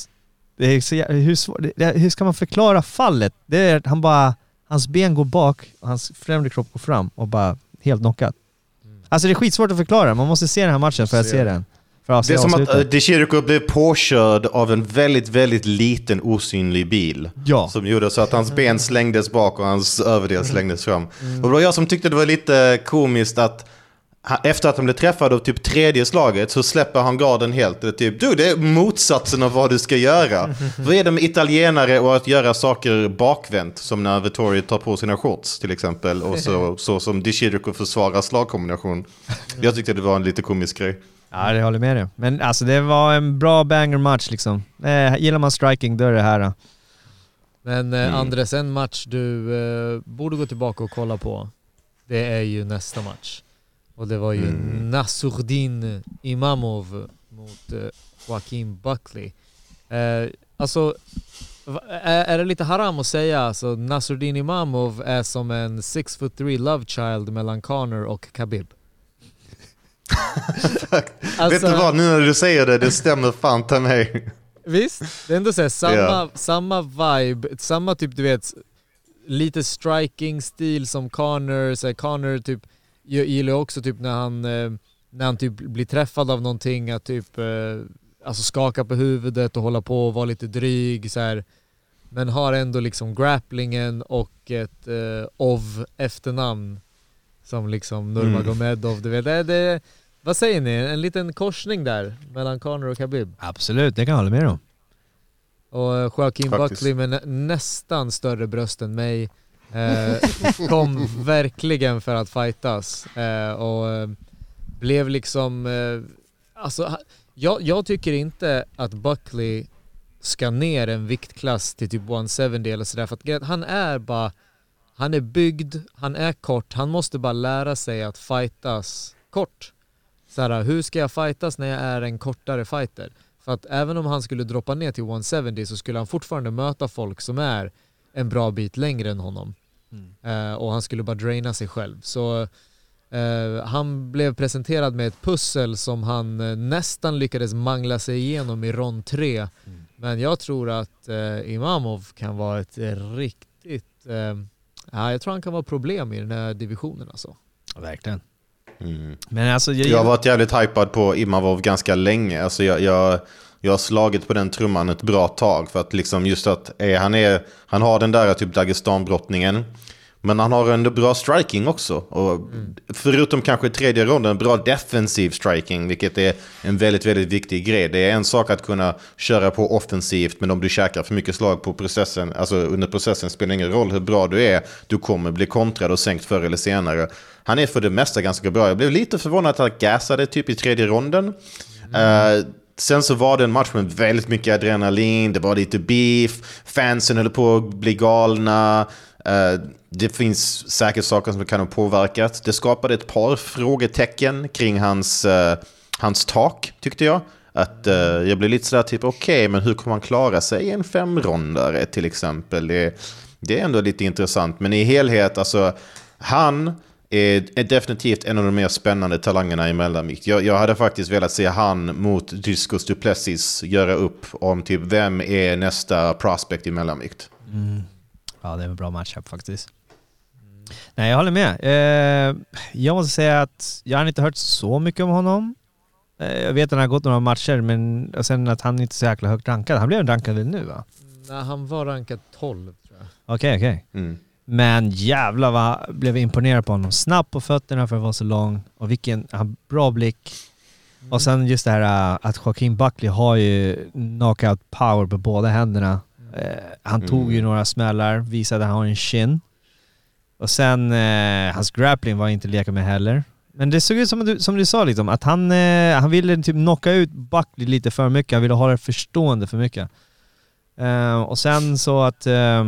hur ska man förklara fallet? Det är hans ben går bak och hans främre kropp går fram och bara helt knockat. Alltså det är skitsvårt att förklara. Man måste se den här matchen för att se den. för det är som att DeCirico blev påkörd av en väldigt, väldigt liten osynlig bil. Ja. Som gjorde så att hans ben slängdes bak och hans överdel slängdes fram. Och det var jag som tyckte det var lite komiskt att efter att han blev träffad av typ tredje slaget så släpper han garden helt. Det är typ, det är motsatsen av vad du ska göra. Vad är det med italienare och att göra saker bakvänt, som när Vettori tar på sina shorts till exempel, och så som DeCirico försvarar slagkombination. Jag tyckte det var en lite komisk grej. Ja, det håller med dig. Men alltså det var en bra banger-match liksom. Gillar man striking, då är det här då. Men Andres, en match du borde gå tillbaka och kolla på, det är ju nästa match. Och det var ju Nasruddin Imamov mot Joaquin Buckley. Alltså, är det lite haram att säga, alltså Nasruddin Imamov är som en 6'3" love child mellan Conor och Khabib. Alltså, vet du vad, nu när du säger det stämmer fan till mig. Visst, det är ändå så samma vibe, samma typ, du vet, lite striking stil som Conor. Så Conor typ, jag gillar också typ när han typ blir träffad av någonting, att typ alltså skaka på huvudet och hålla på och vara lite dryg så här. Men har ändå liksom grapplingen och ett efternamn som liksom Nurmagomedov, du vet. Det, vad säger ni? En liten korsning där mellan Conor och Khabib. Absolut, det kan jag hålla med om. Och Joaquin Buckley med nästan större bröst än mig kom verkligen för att fightas och blev liksom alltså jag tycker inte att Buckley ska ner en viktklass till typ 170 eller sådär, för att han är byggd, han är kort, han måste bara lära sig att fightas kort. Såhär, hur ska jag fightas när jag är en kortare fighter? För att även om han skulle droppa ner till 170 så skulle han fortfarande möta folk som är en bra bit längre än honom. Och han skulle bara draina sig själv. Så han blev presenterad med ett pussel som han nästan lyckades mangla sig igenom i rond 3. Men jag tror att Imamov kan vara ett riktigt... jag tror han kan vara problem i den här divisionen alltså. Verkligen. Men alltså, jag har varit jävligt hypad på Imamov ganska länge. Alltså jag har slagit på den trumman ett bra tag, för att liksom just att han har den där typ Dagestan-brottningen, men han har en bra striking också. Och förutom kanske tredje ronden, bra defensiv striking, vilket är en väldigt, väldigt viktig grej. Det är en sak att kunna köra på offensivt, men om du käkar för mycket slag på processen, alltså under processen, spelar ingen roll hur bra du är. Du kommer bli kontrad och sänkt förr eller senare. Han är för det mesta ganska bra. Jag blev lite förvånad att han gasade typ i tredje ronden. Sen så var det en match med väldigt mycket adrenalin. Det var lite beef. Fansen höll på att bli galna. Det finns säkert saker som kan ha påverkat. Det skapade ett par frågetecken kring hans tak, tyckte jag. Att jag blev lite sådär typ, okej, men hur kommer han klara sig i en 5-rondare till exempel? Det är ändå lite intressant. Men i helhet, alltså, han är definitivt en av de mer spännande talangerna i mellanvikt. Jag hade faktiskt velat se han mot Dricus du Plessis göra upp om typ vem är nästa prospect i mellanvikt. Ja, det är en bra matchup faktiskt. Nej, jag håller med. Jag måste säga att jag har inte hört så mycket om honom. Jag vet att han har gått några matcher, men och sen att han inte är så jäkla högt rankad. Han blev rankad väl nu, va? Nej, han var rankad 12, tror jag. Okej. Men jävlar vad blev imponerad på honom. Snabb på fötterna för att vara så lång. Och vilken bra blick. Och sen just det här att Joaquin Buckley har ju knockout power på båda händerna. Han tog ju några smällar, visade att han har en chin. Och sen hans grappling var inte leka med heller. Men det såg ut som du sa liksom, att han ville typ knocka ut Buckley lite för mycket. Han ville ha det förstående för mycket. Och sen så att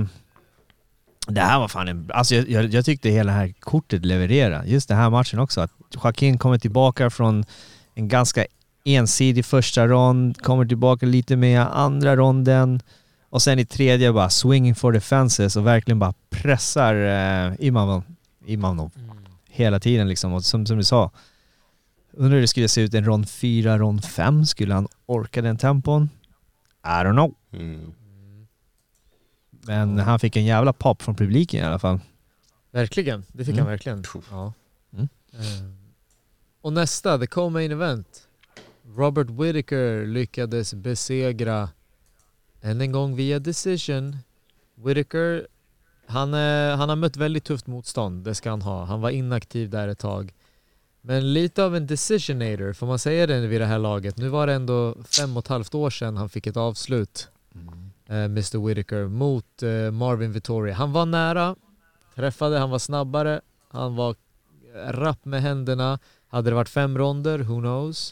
det här var fan alltså jag tyckte hela det här kortet levererade. Just den här matchen också. Att Joaquin kommer tillbaka från en ganska ensidig första rond. Kommer tillbaka lite med andra ronden. Och sen i tredje bara swinging for the fences och verkligen bara pressar Imamov hela tiden liksom. Och som du sa, undrar hur det skulle se ut en rond 4, rond 5. Skulle han orka den tempon? I don't know. Men han fick en jävla pop från publiken i alla fall. Verkligen, det fick han verkligen. Ja. Och nästa, the co-main event. Robert Whittaker lyckades besegra än en gång via decision. Whittaker, han har mött väldigt tufft motstånd, det ska han ha. Han var inaktiv där ett tag. Men lite av en decisionator, får man säga det vid det här laget. Nu var det ändå 5,5 år sedan han fick ett avslut. Mr. Whittaker mot Marvin Vettori. Han var nära, träffade, han var snabbare, han var rapp med händerna. Hade det varit 5 ronder, who knows.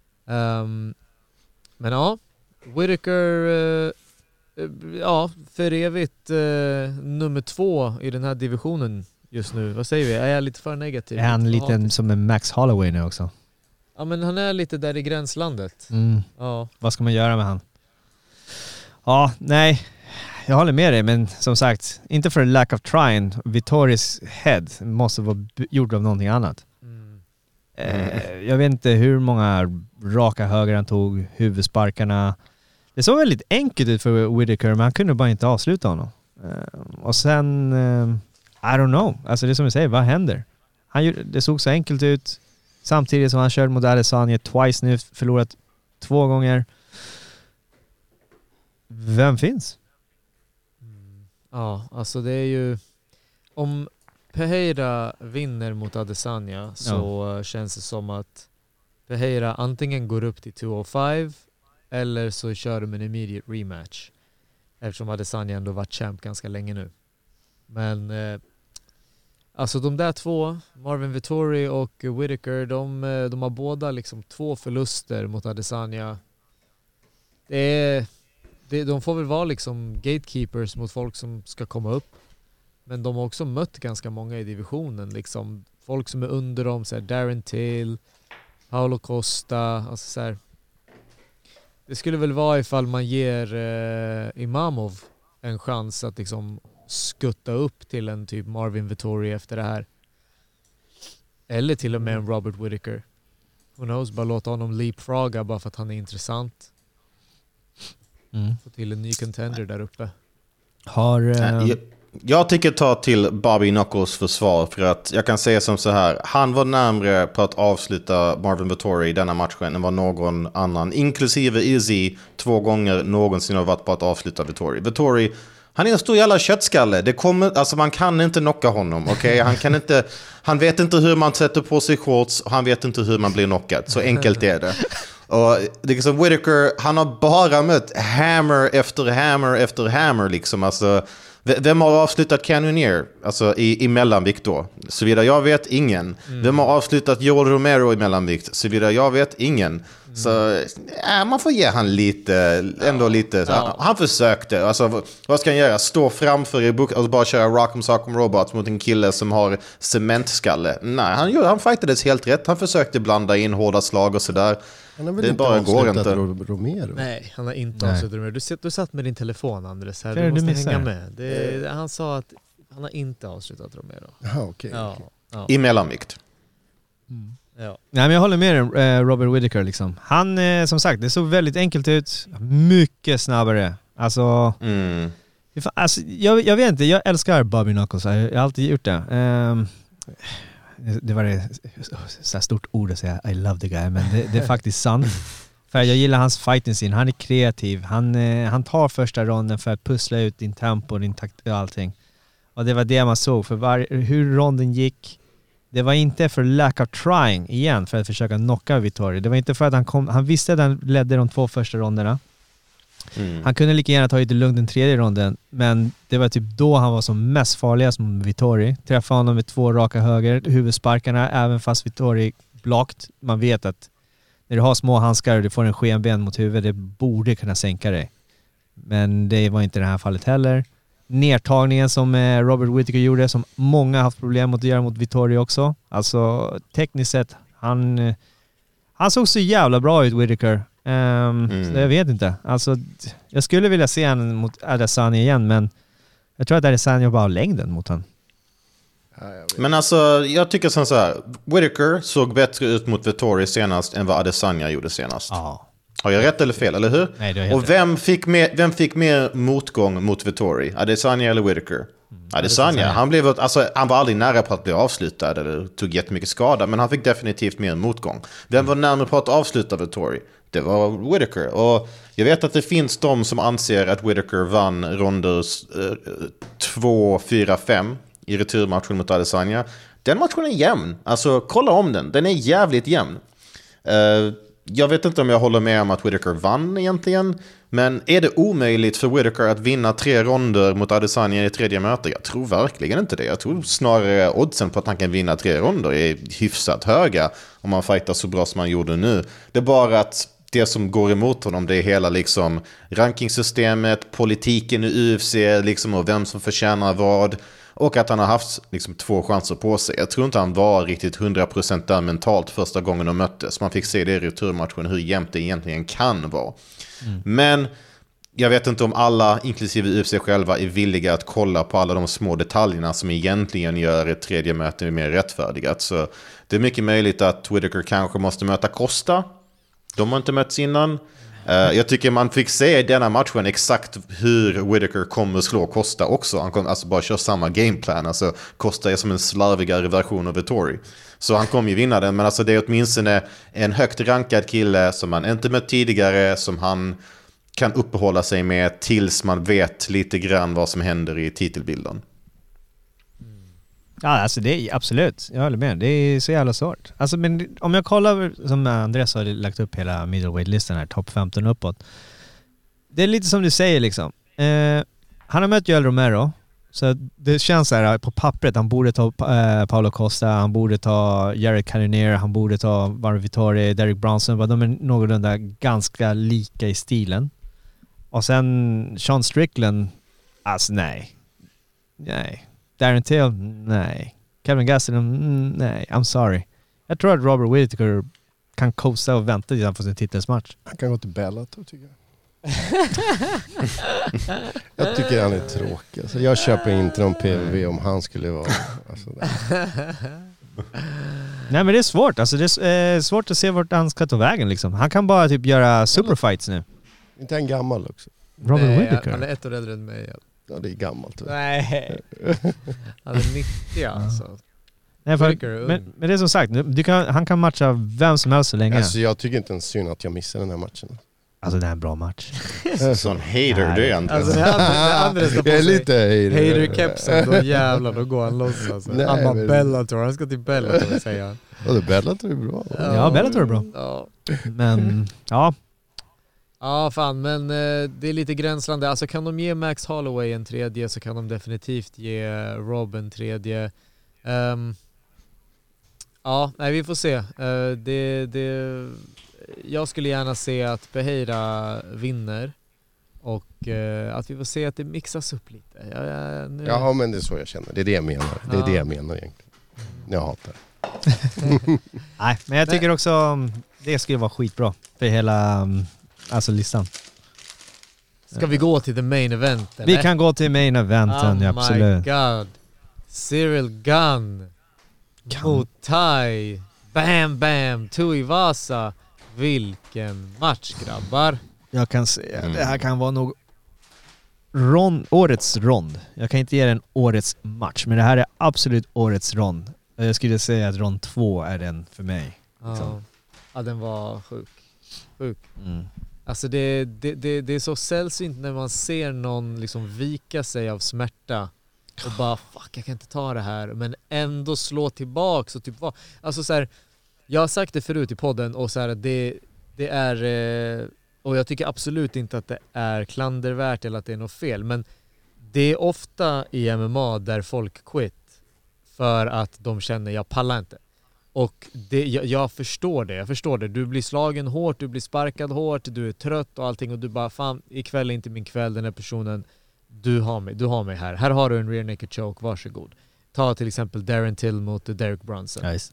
Men ja, Whittaker för evigt nummer 2 i den här divisionen just nu. Vad säger vi? Är jag lite för negativ? Är han lite som en Max Holloway nu också? Ja, men han är lite där i gränslandet. Ja. Vad ska man göra med han? Ja, nej. Jag håller med dig, men som sagt, inte för lack of trying. Vittoris head måste vara gjord av någonting annat. Jag vet inte hur många raka höger han tog, huvudsparkarna. Det såg väldigt enkelt ut för Whittaker, men han kunde bara inte avsluta honom. Och sen, I don't know. Alltså det är som jag säger, vad händer? Det såg så enkelt ut. Samtidigt som han körde mot Adesanya twice nu, förlorat 2 gånger. Vem finns? Ja, alltså det är ju... Om Pereira vinner mot Adesanya så känns det som att Pereira antingen går upp till 205 eller så kör de en immediate rematch. Eftersom Adesanya ändå varit champ ganska länge nu. Men alltså de där 2, Marvin Vettori och Whittaker, de har båda liksom 2 förluster mot Adesanya. De får väl vara liksom gatekeepers mot folk som ska komma upp. Men de har också mött ganska många i divisionen. Liksom folk som är under dem, så här Darren Till, Paulo Costa. Alltså så här. Det skulle väl vara ifall man ger Imamov en chans att liksom skutta upp till en typ Marvin Vettori efter det här. Eller till och med en Robert Whittaker. Who knows, bara låta honom leapfroga bara för att han är intressant. Få till en ny contender där uppe. Jag tycker ta till Bobby Knuckles försvar, för att jag kan säga som så här: han var närmare på att avsluta Marvin Vettori i denna matchen än vad någon annan, inklusive Izzy, 2 gånger någonsin har varit på att avsluta Vettori. Vettori, han är en stor jävla köttskalle. Alltså man kan inte knocka honom, okej? Han vet inte hur man sätter på sig shorts, och han vet inte hur man blir knockad. Så enkelt är det. Och det är som Whittaker, han har bara mött hammer efter hammer efter hammer liksom. Alltså, vem har avslutat Cannonier alltså i mellanvikt då? Såvida jag vet, ingen. Vem har avslutat Joel Romero i mellanvikt? Såvida jag vet, ingen. Så man får ge han lite. Han försökte. Alltså, vad ska han göra? Stå framför i bok och bara köra Rock'em Sock'em Robots mot en kille som har cementskalle? Nej, han fightades helt rätt. Han försökte blanda in hårda slag och sådär. Han har väl inte avslutat Romero? Nej, han har inte avslutat Romero. Du satt med din telefon, Andres. Här. Du måste hänga med. Han sa att han har inte avslutat Romero. Aha, okay. Ja. I mellanvikt. Ja. Nej, men jag håller med Robert Whittaker liksom. Han, som sagt, det såg väldigt enkelt ut. Mycket snabbare. Alltså, jag vet inte, jag älskar Bobby Knuckles. Jag har alltid gjort det. Det var ett så stort ord att säga I love the guy, men det är faktiskt sant. För jag gillar hans fighting scene. Han är kreativ. Han tar första ronden för att pussla ut din tempo, din takt och allting. Och det var det man såg. För hur ronden gick, det var inte för lack of trying igen för att försöka knocka Vettori. Det var inte för att han visste att han ledde de 2 första ronderna. Han kunde lika gärna ta lite lugnt den 3:e ronden, men det var typ då han var som mest farligast mot Vettori. Träffade honom med 2 raka höger, huvudsparkarna, även fast Vettori blockt. Man vet att när du har små handskar och du får en skenben mot huvudet, det borde kunna sänka dig. Men det var inte det här fallet heller. Nedtagningen som Robert Whittaker gjorde, som många haft problem att göra mot Vettori också. Alltså tekniskt sett, han såg så jävla bra ut, Whittaker. Så jag vet inte. Alltså, jag skulle vilja se han mot Adesanya igen, men jag tror att Adesanya bara har längden mot han. Men alltså, jag tycker så här: Whittaker såg bättre ut mot Vettori senast än vad Adesanya gjorde senast. Ja. Har jag rätt eller fel, eller hur? Nej, du har helt och vem fick mer motgång mot Vettori? Adesanya eller Whittaker? Adesanya, han var aldrig nära på att bli avslutad eller tog jättemycket skada, men han fick definitivt mer motgång. Vem var närmare på att avsluta Vettori? Det var Whittaker. Och jag vet att det finns de som anser att Whittaker vann ronder 2, 4, 5 i returmatchen mot Adesanya. Den matchen är jämn. Alltså, kolla om den. Den är jävligt jämn. Jag vet inte om jag håller med om att Whittaker vann egentligen. Men är det omöjligt för Whittaker att vinna 3 ronder mot Adesanya i tredje möte? Jag tror verkligen inte det. Jag tror snarare oddsen på att han kan vinna 3 ronder är hyfsat höga om man fightar så bra som han gjorde nu. Det är bara att det som går emot honom, det är hela liksom rankingsystemet, politiken i UFC liksom, och vem som förtjänar vad. Och att han har haft liksom 2 chanser på sig. Jag tror inte han var riktigt 100% där mentalt första gången de möttes. Man fick se det i returmatchen hur jämnt det egentligen kan vara. Men jag vet inte om alla, inklusive UFC själva, är villiga att kolla på alla de små detaljerna som egentligen gör ett tredje möte mer rättfärdigat. Så det är mycket möjligt att Whittaker kanske måste möta Costa. De har inte mötts innan. Jag tycker man fick se i denna matchen exakt hur Whittaker kommer slå Costa också. Han kommer alltså bara köra samma gameplan. Alltså Costa är som en slarvigare version av Vettori. Så han kommer ju vinna den, men alltså det är åtminstone en högt rankad kille som man inte mött tidigare, som han kan uppehålla sig med tills man vet lite grann vad som händer i titelbilden. Ja, alltså det är absolut. Jag håller med. Det är så jävla svårt. Alltså, men om jag kollar, som Andreas har lagt upp hela middleweight-listan här, topp 15 uppåt. Det är lite som du säger liksom. Han har mött Joel Romero. Så det känns så här på pappret. Han borde ta Paulo Costa, han borde ta Jared Cannonier, han borde ta Marvin Vettori, Derek Brunson. De är någorlunda ganska lika i stilen. Och sen Sean Strickland, alltså nej. Darren Till, nej. Kevin Gastelum, nej. I'm sorry. Jag tror att Robert Whittaker kan coasta och vänta tills han får sin titelsmatch. Han kan gå till Bellator tycker jag. Jag tycker han är tråkig. Alltså, jag köper inte någon PVV om han skulle vara... Alltså, nej, men det är svårt. Alltså, det är svårt att se vart han ska ta vägen. Liksom. Han kan bara typ göra superfights nu. Inte en gammal också. Robert Whittaker. Han är 1 år äldre än mig. Ja, det är gammalt. Nej. Han är 90 alltså. Nej, men det är som sagt, han kan matcha vem som helst så länge. Alltså, jag tycker inte ens synd att jag missar den här matchen. Alltså det är en bra match. Sån hater du är inte. Alltså Andres jag är lite hater-kepsen, då jävlar, då går han loss alltså. Nej, han bara men... Bellator, han ska till Bellator säger han. Ja, Bellator är bra. Ja, Bellator är bra. Ja. Men, ja. Ja, fan, men det är lite gränsland. Alltså kan de ge Max Holloway en tredje så kan de definitivt ge Rob en tredje. Ja, nej, vi får se. Jag skulle gärna se att Pereira vinner och att vi får se att det mixas upp lite. Ja, men det är så jag känner. Det är det jag menar. Det är det jag menar egentligen. Jag hatar. Nej, men jag tycker också det skulle vara skitbra för hela alltså listan. Ska vi gå till the main event? Eller? Vi kan gå till main eventen, ja, absolut. Oh my god. Cyril Gunn mot Tai Bam Tuivasa. Vilken match, grabbar. Jag kan säga det här kan vara nog årets rond. Jag kan inte ge den årets match, men det här är absolut årets rond. Jag skulle säga att rond 2 är den för mig. Ja, den var sjuk. Alltså det är så sällsynt när man ser någon liksom vika sig av smärta och bara fuck, jag kan inte ta det här, men ändå slå tillbaks och typ alltså så här, jag har sagt det förut i podden och så här, det är och jag tycker absolut inte att det är klandervärt eller att det är något fel, men det är ofta i MMA där folk quit för att de känner jag pallar inte. Och jag förstår det. Du blir slagen hårt, du blir sparkad hårt, du är trött och allting och du bara fan, ikväll är inte min kväll, den här personen, du har mig här. Här har du en rear naked choke, varsågod. Ta till exempel Darren Till mot Derek Brunson. Nice.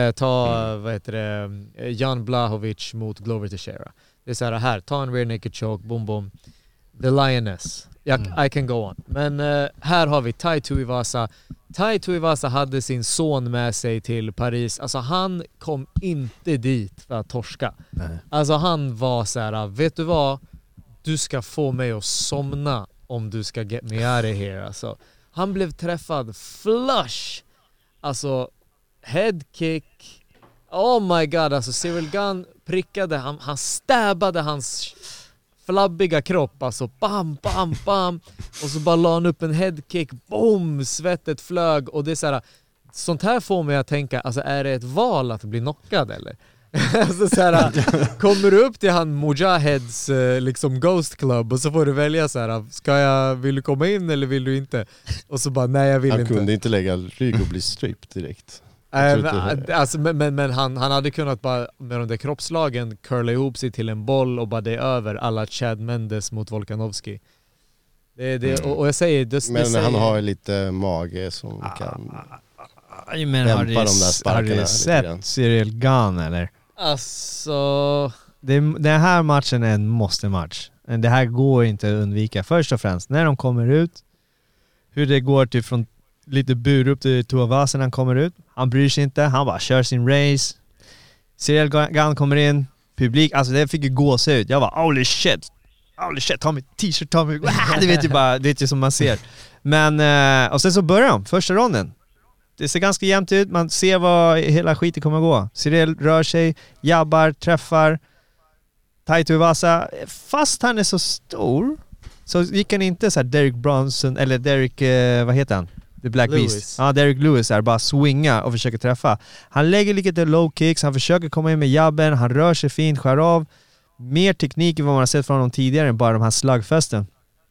Jan Blachowicz mot Glover Teixeira. Det är så här, ta en rear naked choke, boom boom. The Lioness. I can go on. Men här har vi Tai Tuivasa. Tai Tuivasa hade sin son med sig till Paris. Alltså han kom inte dit för att torska. Nej. Alltså han var så här: vet du vad? Du ska få mig att somna om du ska get me out of here. Alltså, han blev träffad flush. Alltså head kick. Oh my god, alltså Cyril Gane prickade, han stabbade hans flabbiga kropp, alltså bam, bam, bam, och så bara la han upp en headkick, boom, svettet flög, och det är så här, sånt här får mig att tänka, alltså är det ett val att bli knockad eller? Alltså så här, kommer du upp till han Mujaheds liksom Ghost Club och så får du välja så här, vill du komma in eller vill du inte? Och så bara, nej jag vill han inte. Han kunde inte lägga rygg och bli stripped direkt. Men han hade kunnat bara med de där kroppslagen curla ihop sig till en boll och bara det över alla Chad Mendes mot Volkanovski. Och jag säger... Men han har lite mage som kan men dämpa de där sparkarna. Har du sett Cyril Gane eller? Alltså... Den här matchen är en måste-match. Det här går inte att undvika. Först och främst, när de kommer ut, hur det går till från lite bur upp till Tuivasa när han kommer ut. Han bryr sig inte, han bara kör sin race. Cyril Gane kommer in, publik, alltså det fick ju gås ut. Jag bara, holy shit, ta mig t-shirt, ta mig... Det vet ju bara, det är ju som man ser. Men, och sen så börjar de, första ronden. Det ser ganska jämnt ut, man ser vad hela skiten kommer att gå. Cyril rör sig, jabbar, träffar. Tai Tuivasa, fast han är så stor, så gick han inte så här Derek Bronson, eller Derek, vad heter han? The Black Lewis. Beast. Ja, Derek Lewis är bara swinga och försöker träffa. Han lägger lite low kicks, han försöker komma in med jabben, han rör sig fint, skär av. Mer teknik än vad man har sett från honom tidigare än bara de här slagfesten.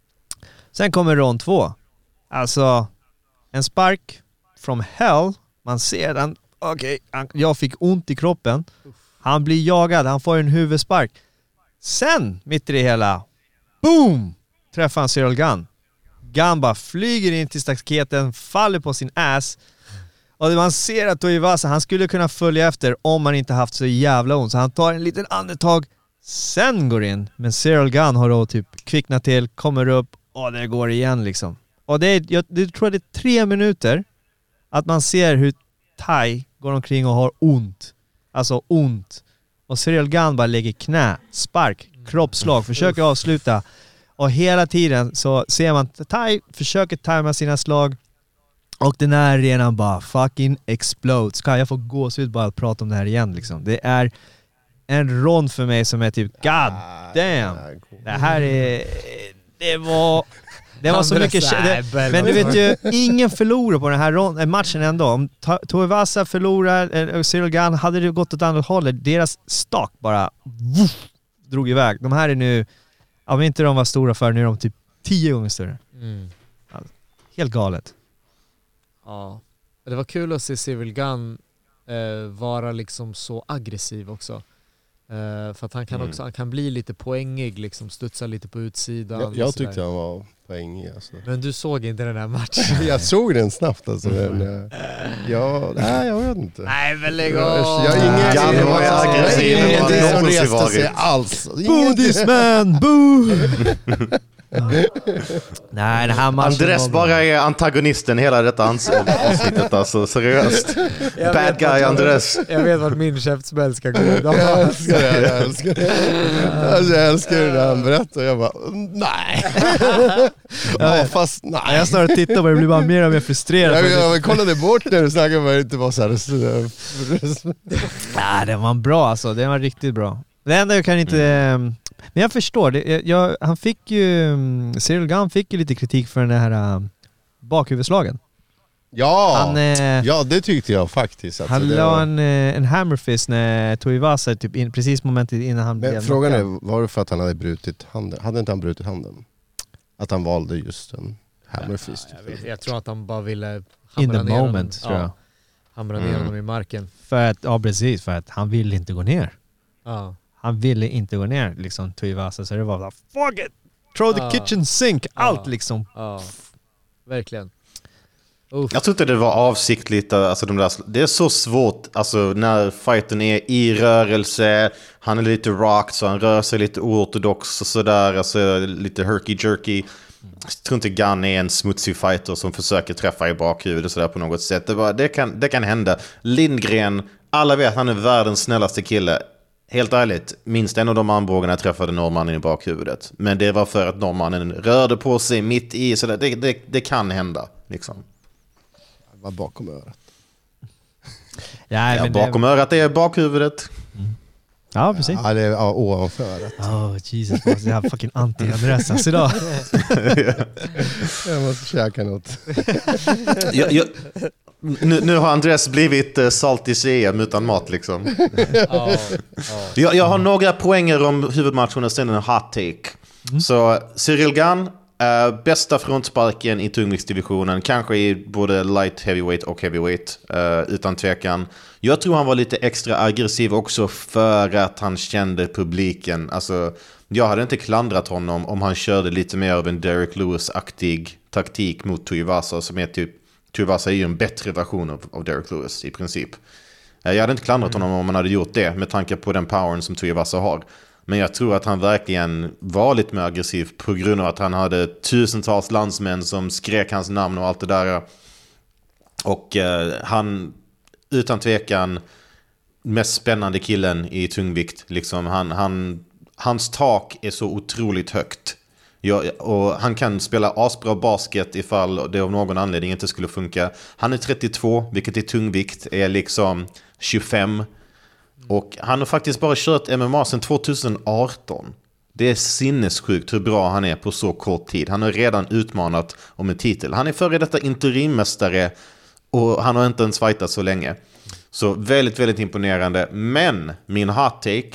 Sen kommer rond 2. Alltså, en spark from hell. Man ser den, okej, jag fick ont i kroppen. Han blir jagad, han får en huvudspark. Sen, mitt i det hela, boom! Träffar han Cyril Gane. Gane bara flyger in till staketen, faller på sin ass. Och man ser att Tuivasa, han skulle kunna följa efter om han inte haft så jävla ont. Så han tar en liten andetag, sen går in. Men Cyril Gane har då typ kvicknat till, kommer upp och det går igen liksom. Och jag tror det är 3 minuter att man ser hur Tai går omkring och har ont. Alltså ont. Och Cyril Gane bara lägger knä, spark, kroppslag, försöker avsluta. Och hela tiden så ser man Tai försöker tajma sina slag. Och den här arenan bara fucking explodes. Ska jag få gåshud bara att prata om det här igen liksom. Det är en rond för mig som är typ god damn. Det här är... Det var så mycket... Men du vet ju, ingen förlorar på den här matchen ändå. Om Tuivasa förlorar, Cyril Gane, hade det gått åt andra hållet, deras stak bara drog iväg. De här är nu, om inte de var stora för, nu är de typ 10 gånger större. Alltså, helt galet. Ja, det var kul att se Cyril Gane vara liksom så aggressiv också. För att han kan också, han kan bli lite poängig, liksom studsa lite på utsidan. Jag tyckte han var poängig alltså. Men du såg inte den här matchen? Jag såg den snabbt alltså. Jag vet inte. Nej, men lägg av! Gane var aggressiv. Ingen som reste sig alls. Boo this man! Boo! Nej, det här matchen Andres bara är antagonisten hela detta avsnittet alltså, seriöst. Bad guy Andres. Jag vet vart min käftsmäll ska gå. Jag älskar det. Alltså, jag älskar det när han berättar och jag bara, nej. Fast nej. Jag snarare tittar på det, jag blir bara mer och mer frustrerad. Jag kollade bort när du snackade om att det inte var så här. Nej, det var bra alltså, det var riktigt bra. Det enda jag kan inte... Men jag förstår det. Han fick ju... Cyril Gane fick ju lite kritik för den här bakhuvudslagen. Ja, ja, det tyckte jag faktiskt. Alltså, han la en hammerfist när Tuivasa typ precis momentet innan han blev... Men frågan är, var det för att han hade brutit handen? Hade inte han brutit handen? Att han valde just en hammerfist? Jag tror att han bara ville... In the moment, tror jag. Hamra ner honom i marken. För att han ville inte gå ner. Ja. Han ville inte gå ner, liksom, Tuivasa, så det var bara, fuck it! Throw the kitchen sink! Allt liksom. Ja, verkligen. Jag tror inte det var avsiktligt, alltså det är så svårt, alltså när fighten är i rörelse, han är lite rocked så han rör sig lite oortodox och sådär, alltså lite herky-jerky. Jag tror inte Gunn är en smutsig fighter som försöker träffa i bakhuvudet så där på något sätt. Det kan hända. Lindgren, alla vet att han är världens snällaste kille. Helt ärligt, minst en av de armbågarna träffade norrmannen i bakhuvudet. Men det var för att norrmannen rörde på sig mitt i. Så det kan hända. Liksom. Det var bakom örat. Ja, bakom örat är bakhuvudet. Ja, precis. Ja, det är ovanför örat. Jesus, jag har fucking anti-adressas idag. Jag måste käka något. Nu har Andres blivit salty CM utan mat liksom. Jag har några poänger om huvudmatchen och sen en hot take. Så Cyril Gane, bästa frontsparken i tungviktsdivisionen, kanske i både light heavyweight och heavyweight, utan tvekan. Jag tror han var lite extra aggressiv också för att han kände publiken. Alltså, jag hade inte klandrat honom om han körde lite mer av en Derek Lewis-aktig taktik mot Tuivasa, som är typ, Tuivasa är ju en bättre version av Derek Lewis i princip. Jag hade inte klandrat honom om han hade gjort det med tanke på den powern som Tuivasa har. Men jag tror att han verkligen var lite mer aggressiv på grund av att han hade tusentals landsmän som skrek hans namn och allt det där. Och han, utan tvekan, mest spännande killen i tungvikt. Liksom, hans tak är så otroligt högt. Och han kan spela asbra basket ifall det av någon anledning inte skulle funka. Han är 32, vilket i tungvikt är liksom 25. Och han har faktiskt bara kört MMA sedan 2018. Det är sinnessjukt hur bra han är på så kort tid. Han har redan utmanat om en titel. Han är före detta interimmästare och han har inte ens fightat så länge. Så väldigt, väldigt imponerande. Men min hot take,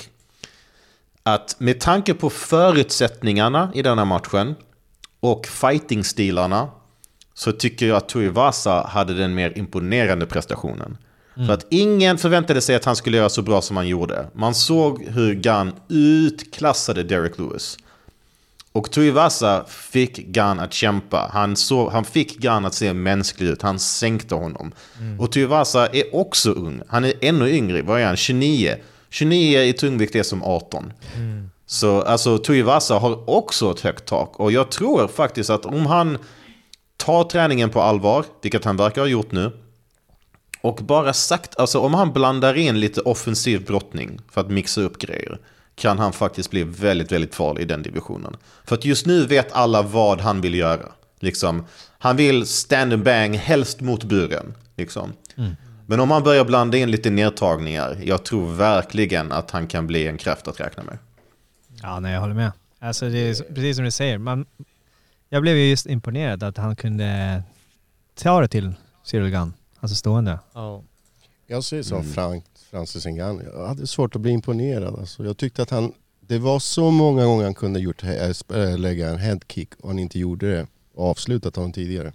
att med tanke på förutsättningarna i den här matchen och fightingstilarna, så tycker jag att Tuivasa hade den mer imponerande prestationen. För att ingen förväntade sig att han skulle göra så bra som han gjorde. Man såg hur Gane utklassade Derek Lewis. Och Tuivasa fick Gane att kämpa. Han fick Gane att se mänsklig ut. Han sänkte honom. Och Tuivasa är också ung. Han är ännu yngre. Vad är han? 29. 29 i tungvikt är som 18. Så alltså, Tuivasa har också ett högt tak. Och jag tror faktiskt att om han tar träningen på allvar, vilket han verkar ha gjort nu, och bara sagt, alltså om han blandar in lite offensiv brottning för att mixa upp grejer, kan han faktiskt bli väldigt, väldigt farlig i den divisionen. För att just nu vet alla vad han vill göra. Liksom, han vill stand and bang, helst mot buren. Liksom. Men om han börjar blanda in lite nedtagningar, jag tror verkligen att han kan bli en kraft att räkna med. Ja, nej, jag håller med. Alltså, det är precis som du säger. Jag blev ju just imponerad att han kunde ta det till Cyril Gane. Alltså stående. Jag säger som Francis Ngannou. Jag hade svårt att bli imponerad. Alltså, jag tyckte att det var så många gånger han kunde lägga en headkick och han inte gjorde det. Och avslutat honom tidigare.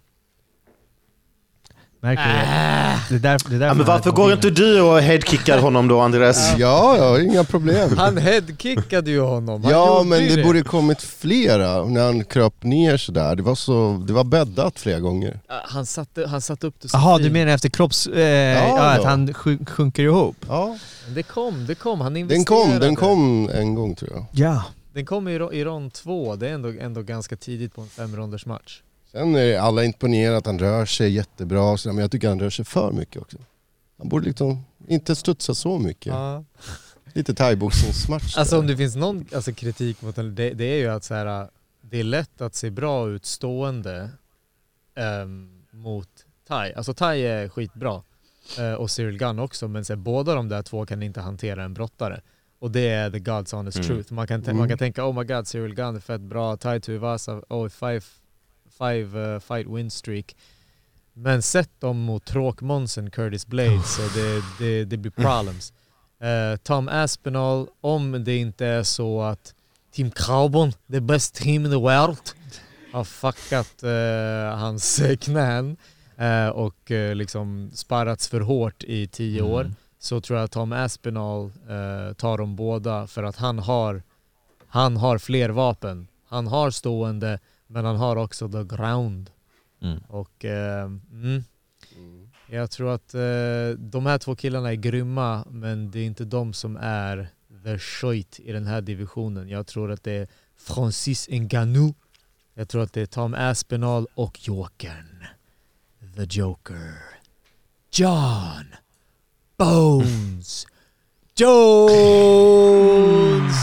Märker det där men varför går inte du och headkickar honom då, Andres? Ja, inga problem. Han headkickade ju honom. Men det borde kommit flera när han kröp ner sådär. Det var bäddat flera gånger. Han satt upp det. Jaha, du menar efter kropps... att han sjunker ihop? Ja. Det kom. Han investerade. Den kom en gång, tror jag. Ja. Den kom i rond 2. Det är ändå ganska tidigt på en 5-ronders match. Sen är alla imponerade att han rör sig jättebra, men jag tycker han rör sig för mycket också. Han borde liksom inte studsa så mycket. Lite thaiboxningsmatch. Alltså om det finns någon kritik mot den, det är ju att så här, det är lätt att se bra ut stående mot Thai. Alltså Thai är skitbra och Cyril Gane också, men så här, båda de där två kan inte hantera en brottare. Och det är the God's honest truth. Man kan tänka, oh my god, Cyril Gane är fett bra, Thai Tuivasa, five fight win streak. Men sätt dem mot Tråkmånsen Curtis Blades, så det blir problems. Tom Aspinall, om det inte är så att Team Carbon, the best team in the world, har fuckat hans knän och liksom sparrats för hårt i 10 år, så tror jag att Tom Aspinall tar dem båda, för att han har fler vapen. Han har stående, men han har också the ground. Och jag tror att de här 2 killarna är grymma, men det är inte de som är the shit i den här divisionen. Jag tror att det är Francis Ngannou Jag tror att det är Tom Aspinall och Jokern. The Joker. John Bones Jones!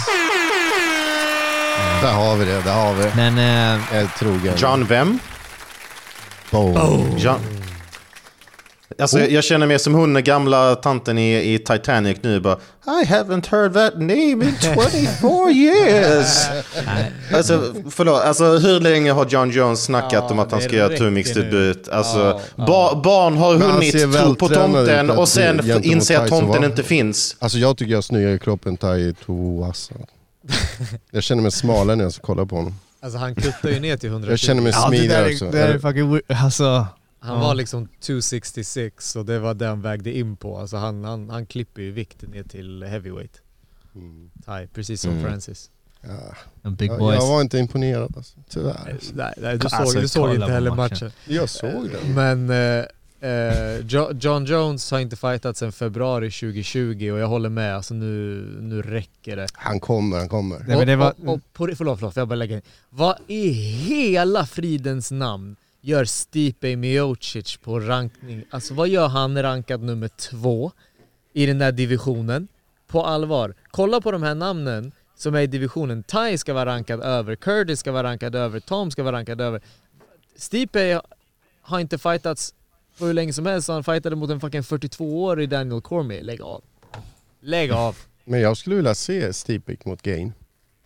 Där har vi det. Men Jag trogen. John vem? Bones. John. Alltså, jag känner mig som hon, den gamla tanten i Titanic nu. Bara, I haven't heard that name in 24 years. Alltså, förlåt. Alltså, hur länge har John Jones snackat om att han ska göra turmixdebut? Alltså, barn har hunnit tro på tomten och sen inse att tomten inte finns. Alltså, jag tycker jag snyggar i kroppen Taito Assa. Jag känner mig smalare när jag kollar på honom. Alltså han kuttar ju ner till 120. Jag känner mig smidigare också. Det är fucking alltså. Han var liksom 266 och det var det han vägde in på. Alltså han klipper ju vikten ner till heavyweight. Thai, precis som Francis. Ja. Big Jag boys. var inte imponerad alltså, tyvärr. Nej, du såg inte heller matchen. Jag såg den. Men John Jones har inte fightat sedan februari 2020 och jag håller med. Alltså nu räcker det. Han kommer. Nej, men det var... Förlåt, får jag bara lägga in. Vad i hela fridens namn gör Stipe Miocic på rankning? Alltså vad gör han rankad nummer 2 i den där divisionen? På allvar. Kolla på de här namnen som är i divisionen. Ty ska vara rankad över, Curtis ska vara rankad över, Tom ska vara rankad över. Stipe har inte fightats på hur länge som helst. Han fightade mot en fucking 42-årig Daniel Cormier. Lägg av. Men jag skulle vilja se Stipe mot Gain.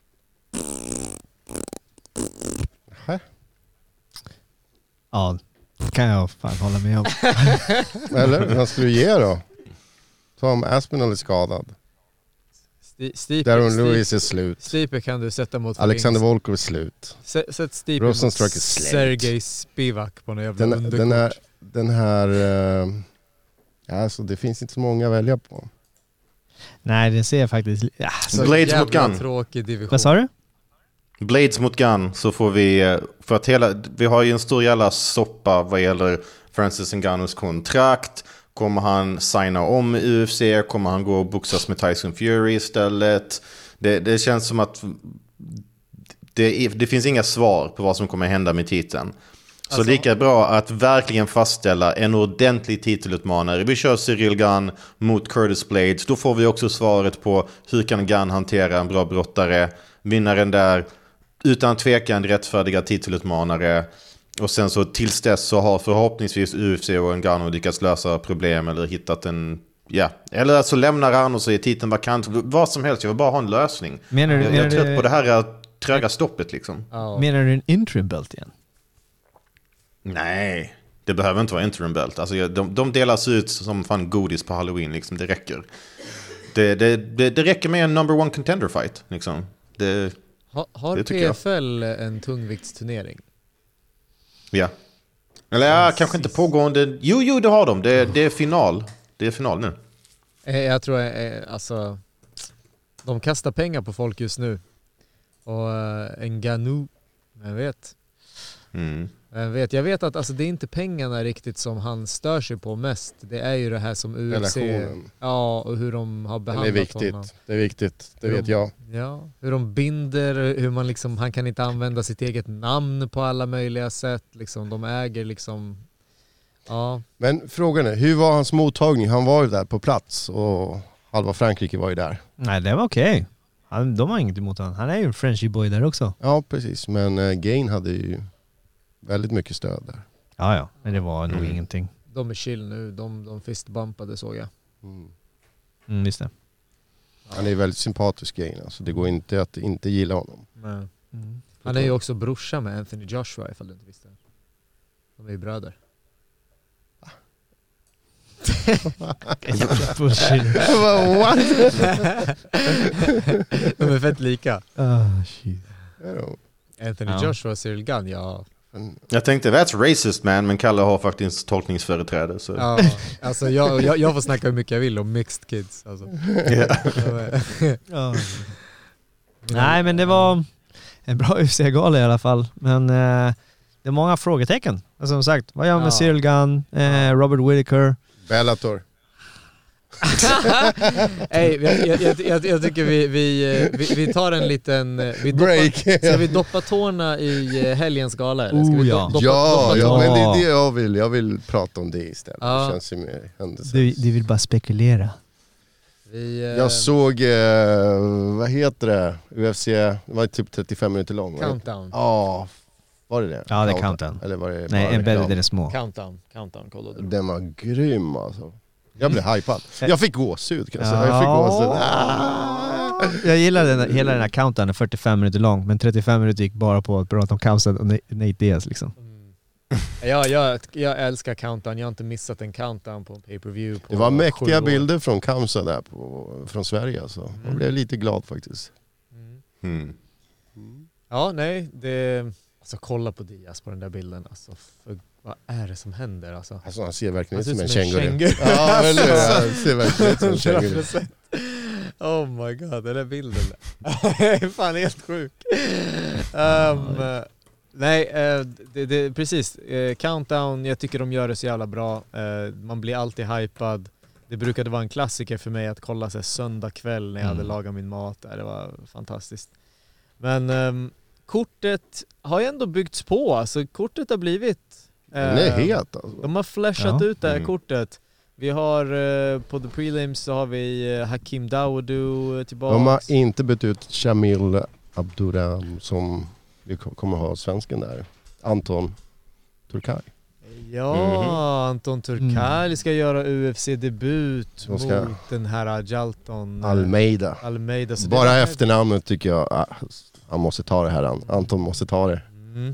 Ja, det kan jag fan hålla med om. Eller vad skulle du ge då? Tom Aspinall är skadad. Darren Lewis är slut. Stipe kan du sätta mot Alexander Volkov är slut. Sätt Stipe Rosenstruck mot är slut. Sergej Spivak på någon jävla Den här alltså det finns inte så många att välja på. Nej, det ser jag faktiskt... Ja. Blades mot Gunn. Tråkig division. Vad sa du? Blades mot Gunn, så får vi... För att vi har ju en stor jävla soppa vad gäller Francis Ngannous kontrakt. Kommer han signa om i UFC? Kommer han gå och boxas med Tyson Fury istället? Det känns som att det finns inga svar på vad som kommer hända med titeln. Så lika bra att verkligen fastställa en ordentlig titelutmanare. Vi kör Cyril Gunn mot Curtis Blades. Då får vi också svaret på hur kan Gunn hantera en bra brottare. Vinnaren där, utan tvekan rättfärdiga titelutmanare. Och sen så tills dess så har förhoppningsvis UFC och Ngannou lyckats lösa problem eller hittat en... Ja, eller så lämnar han och så är titeln vakant. Vad som helst, jag vill bara ha en lösning. Jag är trött på det här tröga stoppet liksom. Menar du en interim belt igen? Nej, det behöver inte vara interim belt. Alltså, de delas ut som fan godis på Halloween liksom, det räcker. Det räcker med en number one contender fight liksom. Har PFL en tungviktsturnering? Ja. Eller kanske inte pågående. Jo, det har de. Det är final. Det är final nu. Jag tror alltså de kastar pengar på folk just nu. Och Ngannou, jag vet att alltså, det är inte pengarna riktigt som han stör sig på mest. Det är ju det här som UFC... Relationen. Ja, och hur de har behandlat honom. Det är viktigt, det vet jag. Ja, hur de binder, hur man liksom, han kan inte använda sitt eget namn på alla möjliga sätt. Liksom, de äger liksom... Ja. Men frågan är, hur var hans mottagning? Han var ju där på plats och halva Frankrike var ju där. Nej, det var okej. De har inget emot honom. Han är ju en Frenchy boy där också. Ja, precis. Men Gain hade ju väldigt mycket stöd där. Ja. Men det var nog ingenting. De är chill nu. De fistbumpade såg jag. Visst det. Han är väldigt sympatisk Gain. Alltså, det går inte att inte gilla honom. Han är ju också brorsa med Anthony Joshua ifall du inte visste. De är ju bröder. What? De är fett lika. Shit. Anthony Joshua och Cyril Gunn, ja. Jag tänkte, that's racist man, men Kalle har faktiskt tolkningsföreträde. Så. Ja, alltså jag får snacka hur mycket jag vill om mixed kids. Alltså. Nej, men det var en bra UFC-gala i alla fall. Men det är många frågetecken. Alltså, som sagt, vad gör man med Cyril Gunn, Robert Whittaker? Bellator. Hey, jag tycker vi tar en liten break. Ska vi doppa tårna i helgens gala? Eller? Ska vi doppa ja, tårna? men det är det jag vill. Jag vill prata om det istället. Ja. Det känns ju mer händelser. Du vill bara spekulera. Jag såg, vad heter det? UFC, det var typ 35 minuter lång. Countdown. Ja, var det det? Ja, det är Countdown. Eller var det Nej, bara Embedded reklam? är små. Countdown, kollade du. Den var grym alltså. Jag blev hypad. Jag fick gåshud kan jag säga. Jag fick gåshud. Jag gillade hela den här countdownen, 45 minuter lång, men 35 minuter gick bara på att prata om Kamstad och Nate Diaz liksom. Jag älskar Countdown, jag har inte missat en Countdown på pay-per-view. Det var mäktiga bilder från Kamsa där från Sverige alltså. Jag blev lite glad faktiskt. Ja, nej, det... Alltså kolla på Diaz på den där bilden. Alltså, vad är det som händer? Alltså Han ser verkligen ut som en känguru. känguru. Ja, eller han ser verkligen ut som en känguru. Oh my god, den där bilden. är fan helt sjuk. Nej, precis. Countdown, jag tycker de gör det så jävla bra. Man blir alltid hypad. Det brukade vara en klassiker för mig att kolla sig söndag kväll när jag hade lagat min mat. Det var fantastiskt. Men kortet har ju ändå byggts på. Alltså kortet har blivit... Den är het alltså. De har flashat ut det här kortet. Vi har på the prelims så har vi Hakim Dawodu tillbaka. De har inte bytt ut Shamil Abduram som vi kommer ha svensken där. Anton Turkay. Ja, Anton Turkay ska göra UFC-debut mot den här Jalton Almeida. Så bara efternamnet tycker jag han måste ta det här. Anton måste ta det.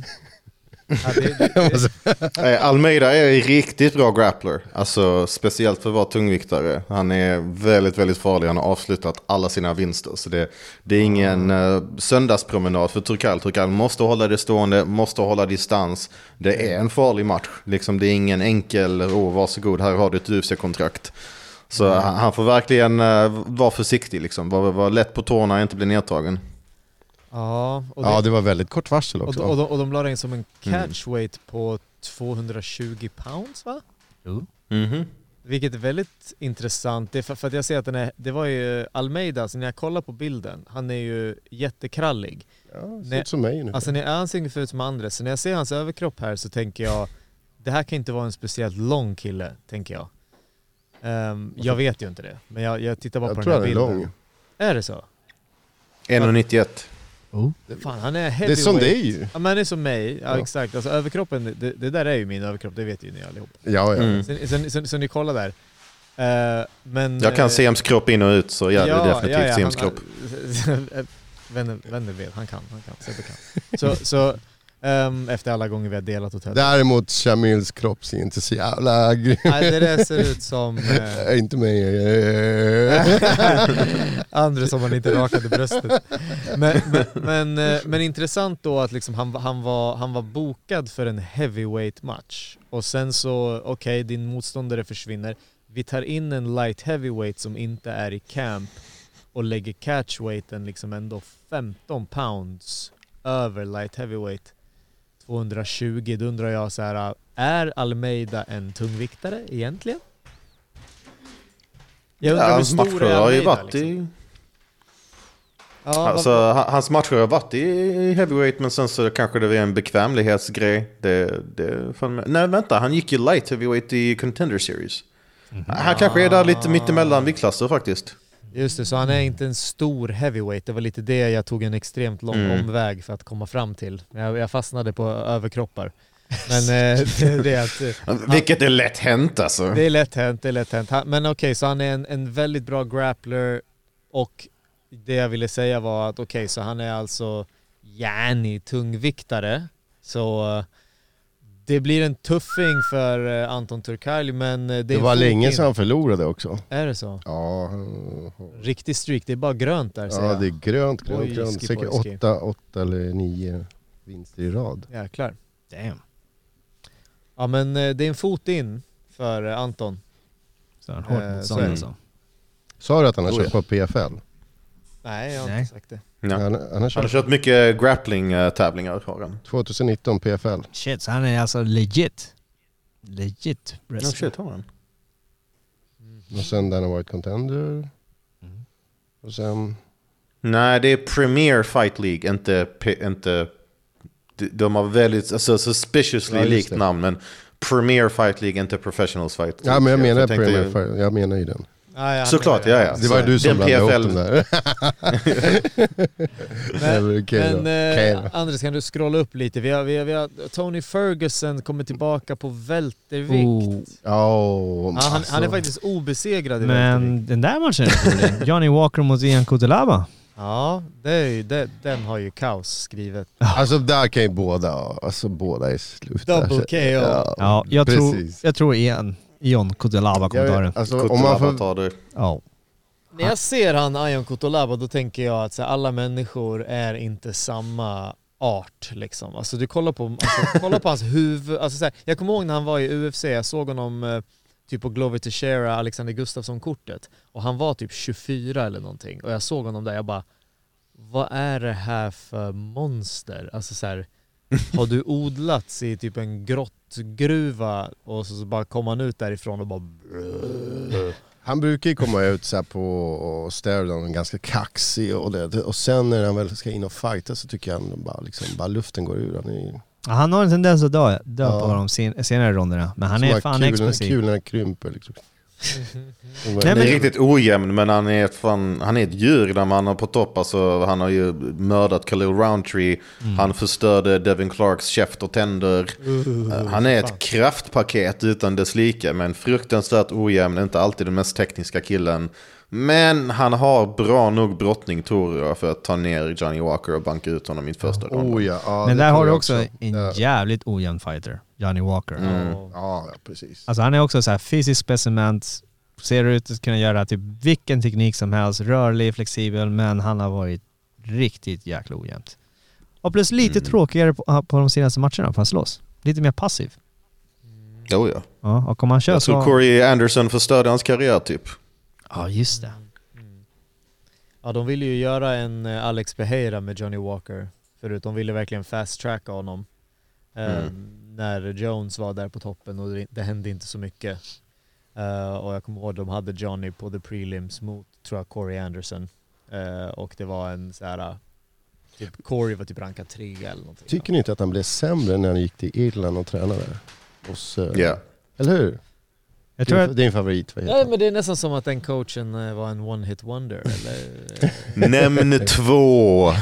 Ja, Almeida är en riktigt bra grappler. Alltså speciellt för att vara tungviktare. Han är väldigt, väldigt farlig. Han har avslutat alla sina vinster. Så det är ingen söndagspromenad för Turkal. Turkal måste hålla det stående, måste hålla distans. Det är en farlig match. Liksom, det är ingen enkel, varsågod, här har du ett UFC-kontrakt. Så han får verkligen vara försiktig. Liksom. Vara lätt på tårna och inte bli nedtagen. Ja, det var väldigt kort varsel också. Och de la in som en catchweight på 220 pounds, va? Vilket är väldigt intressant. Det är för att jag ser att det var ju Almeida, så när jag kollar på bilden, han är ju jättekrallig. Ja, ser ut som mig nu. Alltså han ser ungefär ut som andra. Så när jag ser hans överkropp här så tänker jag, det här kan inte vara en speciellt lång kille, tänker jag. Jag vet ju inte det, men jag tittar bara på den här bilden. Lång. Är det så? 1,91. Fan, han är det är som det är ju. Ja, men han är som mig. Ja, exakt. Alltså överkroppen, det där är ju min överkropp, det vet ju ni allihop. Ja. Så ni kollar där. Men, jag kan se Ems kropp in och ut, så jag vill definitivt se Ems kropp. Vänner vet, han kan. Så efter alla gånger vi har delat hotell. Däremot Shamils kropp ser inte så jävla grym. Nej, det där ser ut som... inte mig. Andra som man inte rakade bröstet. Men intressant då att liksom han var bokad för en heavyweight match. Och sen så, din motståndare försvinner. Vi tar in en light heavyweight som inte är i camp och lägger catchweighten liksom ändå 15 pounds över light heavyweight. 220, då undrar jag så här, är Almeida en tungviktare egentligen? Jag undrar hans matcher har ju varit liksom. i... Alltså, hans matcher har varit i heavyweight, men sen så kanske det var en bekvämlighetsgrej. Nej, vänta, han gick ju light heavyweight i Contender Series. Han kanske är där lite mittemellan viktklasser faktiskt. Just det, så han är inte en stor heavyweight. Det var lite det jag tog en extremt lång omväg för att komma fram till. Jag fastnade på överkroppar. Men det är att... Vilket är lätt hänt alltså. Det är lätt hänt. Men okej, så han är en väldigt bra grappler. Och det jag ville säga var att så han är alltså tungviktare. Så... Det blir en tuffing för Anton Turkay, men det var länge sedan han förlorade också. Är det så? Ja. Riktig streak, det är bara grönt där. Ja, det är grönt. Säkert 8 eller 9 vinster i rad. Jäklar. Damn. Ja, men det är en fot in för Anton. Så han hårt motstånd alltså. Sa du att han har kört på PFL? Nej, jag har inte sagt det. Ja. Han har kört mycket grappling-tävlingar. 2019 PFL. Shit, så han är alltså legit Ja, shit har han. Och sen Dana White Contender. Och sen... Nej, det är Premier Fight League, inte de har väldigt suspiciously likt namn, men Premier Fight League, inte Professionals Fight League. Ja, men jag menar Premier Fight, jag menar ju den. Såklart, ja. Det var ju du som blandade ihop den där. Men Andres, kan du scrolla upp lite? Vi har Tony Ferguson kommer tillbaka på vältervikt. Han är faktiskt obesegrad i men vältervikt. den där matchen är rolig. Johnny Walker mot Ian Cutelaba. Ja, den har ju kaos skrivet. Alltså där kan ju båda är slut. Double KO. Ja, jag tror Ion Cutelaba kommer ta den. Alltså, om man får... Ja. När jag ser han Ion Cutelaba, då tänker jag att så här, alla människor är inte samma art liksom. Alltså du kollar på hans huvud. Alltså, så här, jag kommer ihåg när han var i UFC, jag såg honom typ på Glover Teixeira, Alexander Gustafsson-kortet. Och han var typ 24 eller någonting. Och jag såg honom där, jag bara, vad är det här för monster? Alltså så här, har du odlats i typ en grottgruva och så bara kom han ut därifrån och bara... Han brukar ju komma ut så här på steroiden ganska kaxig och sen när han väl ska in och fighta så tycker jag han bara luften går ur. Han har en tendens att dö på de senare ronderna, men han är fan explosiv. Kulorna krymper liksom. Det är riktigt ojämn, men han är ett djur där man är på topp. Alltså, han har ju mördat Khalil Roundtree. Han förstörde Devin Clarks käft och tänder. Han är ett kraftpaket utan dess like, men fruktansvärt ojämn. Inte alltid den mest tekniska killen. Men han har bra nog brottning, tror jag, för att ta ner Johnny Walker och banka ut honom i första ronden. Men där har du också en jävligt ojämn fighter, Johnny Walker. Ja, precis. Alltså han är också så här fysisk specimen, ser ut att kunna göra typ vilken teknik som helst, rörlig, flexibel, men han har varit riktigt jäkla ojämnt. Och plus lite tråkigare på de senaste matcherna för att slåss. Lite mer passiv. Jo, ja. Ja, och om man kör jag tror Corey Anderson förstörde hans karriär typ. Ja, just det. Ja, de ville ju göra en Alex Pereira med Johnny Walker förut. De ville verkligen fast-tracka honom. När Jones var där på toppen och det hände inte så mycket. Och jag kommer ihåg att de hade Johnny på the prelims mot, tror jag, Corey Anderson. Och det var en så här... Typ, Corey var typ rankad 3 eller någonting. Tycker ni inte att han blev sämre när han gick till Irland och tränade? Eller hur? Jag tror det är en favorit. Nej, men det är nästan som att den coachen var en one-hit wonder. Eller? Nämn 2.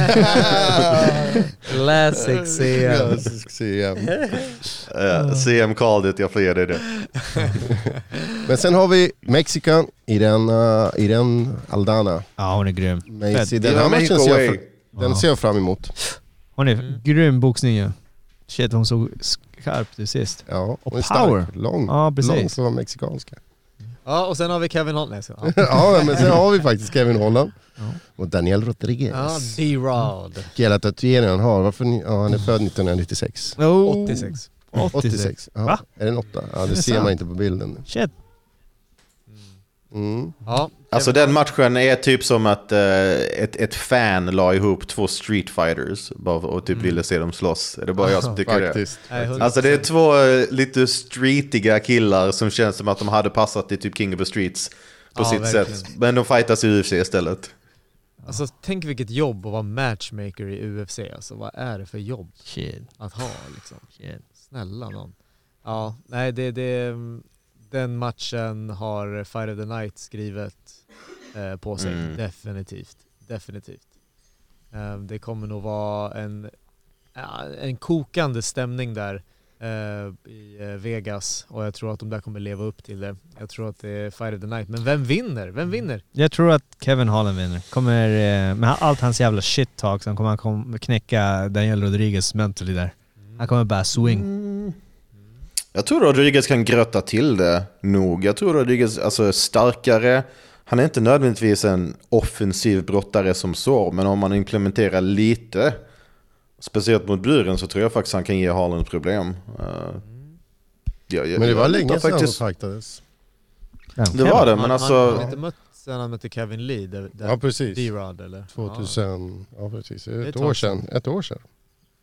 Classic CM. Classic CM. CM called it, jag får ge dig det. Men sen har vi Mexikan, Irene Aldana. Ja, hon är grym. Den här matchen ser jag fram emot. Hon är grym boxning ju. Shit, hon såg skarp du sist. Ja, och power. Lång för att vara mexikanska. Ja, och sen har vi Kevin Holland. Ja, men sen har vi faktiskt Kevin Holland. Och Daniel Rodriguez. Ja, D-Rod. Hela tatueringen han har. Han är född 1996. 86. 86. Va? Är det 8? Ja, det ser man inte på bilden. Shit. Ja, alltså den matchen är typ som att ett fan la ihop 2 street fighters och typ ville se dem slåss. Är det bara jag som tycker faktiskt. Det? Alltså det är 2 lite streetiga killar som känns som att de hade passat i typ King of the Streets på sitt verkligen. sätt. Men de fightas i UFC istället. Alltså tänk vilket jobb att vara matchmaker i UFC. Alltså vad är det för jobb att ha liksom? Snälla någon. Ja, nej den matchen har Fight of the Night skrivet på sig. Definitivt. Det kommer nog vara en kokande stämning där i Vegas, och jag tror att de där kommer leva upp till det. Jag tror att det är Fight of the Night. Men vem vinner? Jag tror att Kevin Holland vinner. Kommer med allt hans jävla shit talk så kommer han knäcka Daniel Rodriguez mentally där. Han kommer bara swing. Jag tror Rodriguez kan grötta till det nog. Jag tror Rodriguez är starkare. Han är inte nödvändigtvis en offensiv brottare som så, men om man implementerar lite, speciellt mot buren, så tror jag faktiskt han kan ge Holland problem. Men det var länge sedan han fightades. Det var det, men alltså... Han inte mött sen han mötte Kevin Lee. Ja, precis. D-Rod, eller? 2000, ja precis. Ett år sedan.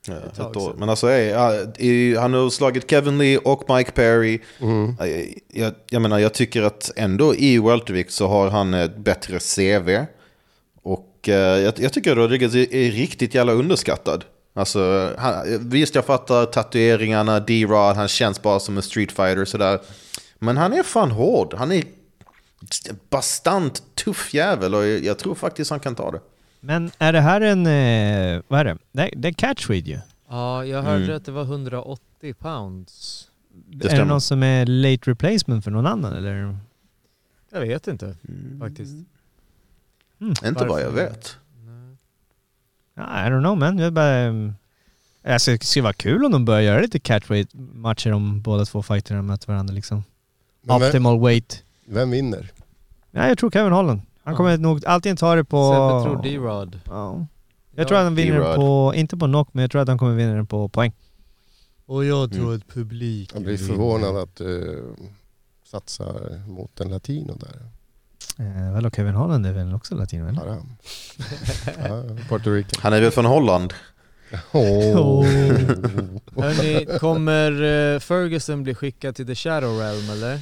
Men alltså han har slagit Kevin Lee och Mike Perry. Jag menar, jag tycker att ändå i weltervikt så har han ett bättre CV. Och jag tycker att Rodriguez är riktigt jävla underskattad. Alltså, visst, jag fattar tatueringarna, D-Rod, han känns bara som en street fighter sådär. Men han är fan hård. Han är bastant tuff jävel och jag tror faktiskt han kan ta det. Men är det här en... vad är det? Det är catchweight ju. Ja, jag hörde att det var 180 pounds. Är det någon som är late replacement för någon annan eller? Jag vet inte faktiskt. Inte vad jag vet. I don't know, man. Alltså, det skulle vara kul om de börjar göra lite catchweight-matcher om båda två fighterna möter varandra liksom. Optimal weight. Vem vinner? Ja, jag tror Kevin Holland. Han kommer nog alltid ta det på... Sebbe tror D-Rod. Ja. Jag tror att han vinner på... Inte på knock, men jag tror att han kommer vinna den på poäng. Och jag tror att publik... Jag blir förvånad att satsar mot en latino där. Väl, och Kevin Holland är väl också latino, eller? Ja, Puerto Rican. Han är väl från Holland? Hörrni, kommer Ferguson bli skickad till The Shadow Realm, eller?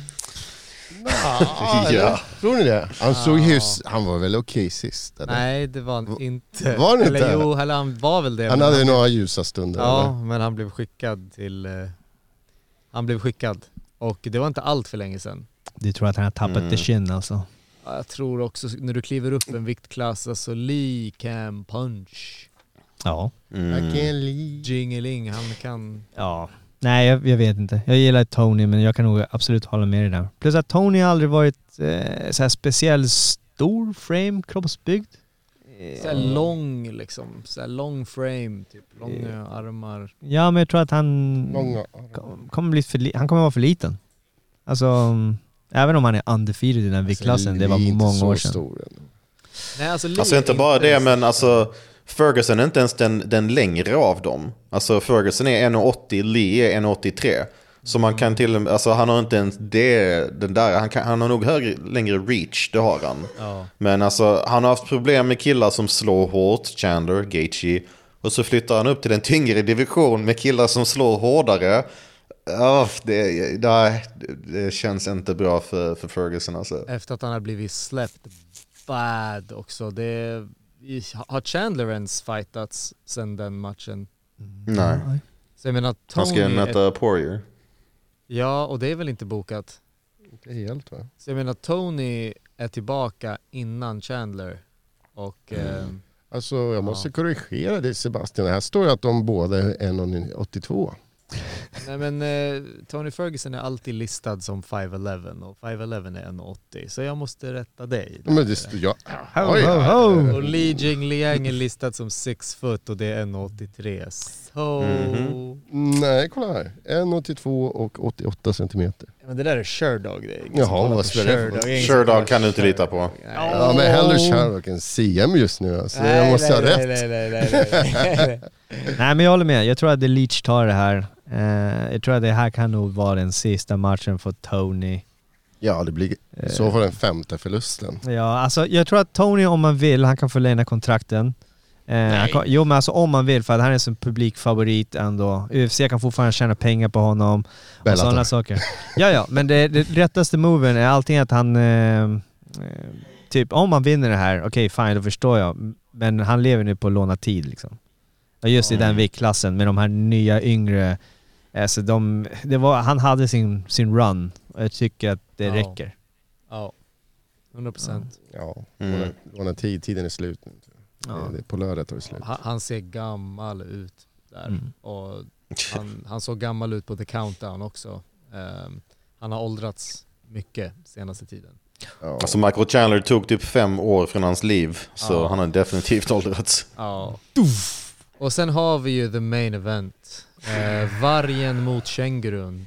Ja. Tror ni det? Han var väl okej sist? Eller? Nej, det var han inte. Var det inte? Eller jo, han var väl det. Han hade några ljusa stunder. Ja, eller? men han blev skickad till... han blev skickad. Och det var inte allt för länge sedan. Du tror att han har tappat the chin alltså? Ja, jag tror också, när du kliver upp en viktklass, alltså Lee can punch. Ja. Jingeling, han kan... Ja. Nej, jag vet inte. Jag gillar Tony, men jag kan nog absolut hålla med dig där. Plus att Tony har aldrig varit så här speciell stor frame, kroppsbyggd. Så här lång liksom, så här lång frame, typ långa armar. Ja, men jag tror att han kommer bli han kommer vara för liten. Alltså, även om han är undefeated i den viktklassen, det var många år sedan. Nej, alltså inte bara det, men alltså Ferguson är inte ens den längre av dem. Alltså Ferguson är 1,80, Lee är 1,83. Så man kan till och med, alltså han har inte ens den där, han har nog längre reach, det har han. Ja. Men alltså han har haft problem med killar som slår hårt, Chandler, Gaethje, och så flyttar han upp till en tyngre division med killar som slår hårdare. Det känns inte bra för Ferguson alltså. Efter att han har blivit släppt bad också. Har Chandler ens fightats sen den matchen? Nej. Så jag menar, Tony han ska möta Poirier. Ja, och det är väl inte bokat. Inte helt, va? Så jag menar, Tony är tillbaka innan Chandler. Och... Alltså jag måste korrigera dig, Sebastian. Här står det att de båda är 1,82. Nej, men Tony Ferguson är alltid listad som 5'11 och 5'11 är 1,80. Så jag måste rätta dig. Men det Och Li Jingliang är listad som 6 foot och det är 1,83. Så... Nej, kolla här. 1,82 och 88 centimeter. Men det där är Sherdog. Jaha, vad spelar det? Sherdog kan du inte lita på. Ja, men hellre Sherdog än CM just nu. Alltså. Jag måste ha rätt. Nej, men jag håller med. Jag tror att The Leech tar det här. Jag tror att det här kan nog vara den sista matchen för Tony. Ja, det blir så var den 5:e förlusten. Ja, alltså jag tror att Tony, om man vill, han kan förlänga kontrakten. Jo, men alltså om man vill, för att han är som publikfavorit ändå. UFC kan fortfarande tjäna pengar på honom och sådana saker. Ja, men det rättaste moven är alltid att han typ, om man vinner det här, okej, fine, då förstår jag. Men han lever nu på låna tid liksom. Och just i den viktklassen med de här nya yngre, alltså han hade sin run och jag tycker att det räcker. Ja, 100%. Ja, låna tiden är slut nu. Ja. Det är på lördag tar det slut. Han ser gammal ut där. Och han såg gammal ut på The Countdown också. Han har åldrats mycket senaste tiden. Ja. Alltså Michael Chandler tog typ 5 år från hans liv. Så han har definitivt åldrats. Ja. Och sen har vi ju the main event. Vargen mot kängurun.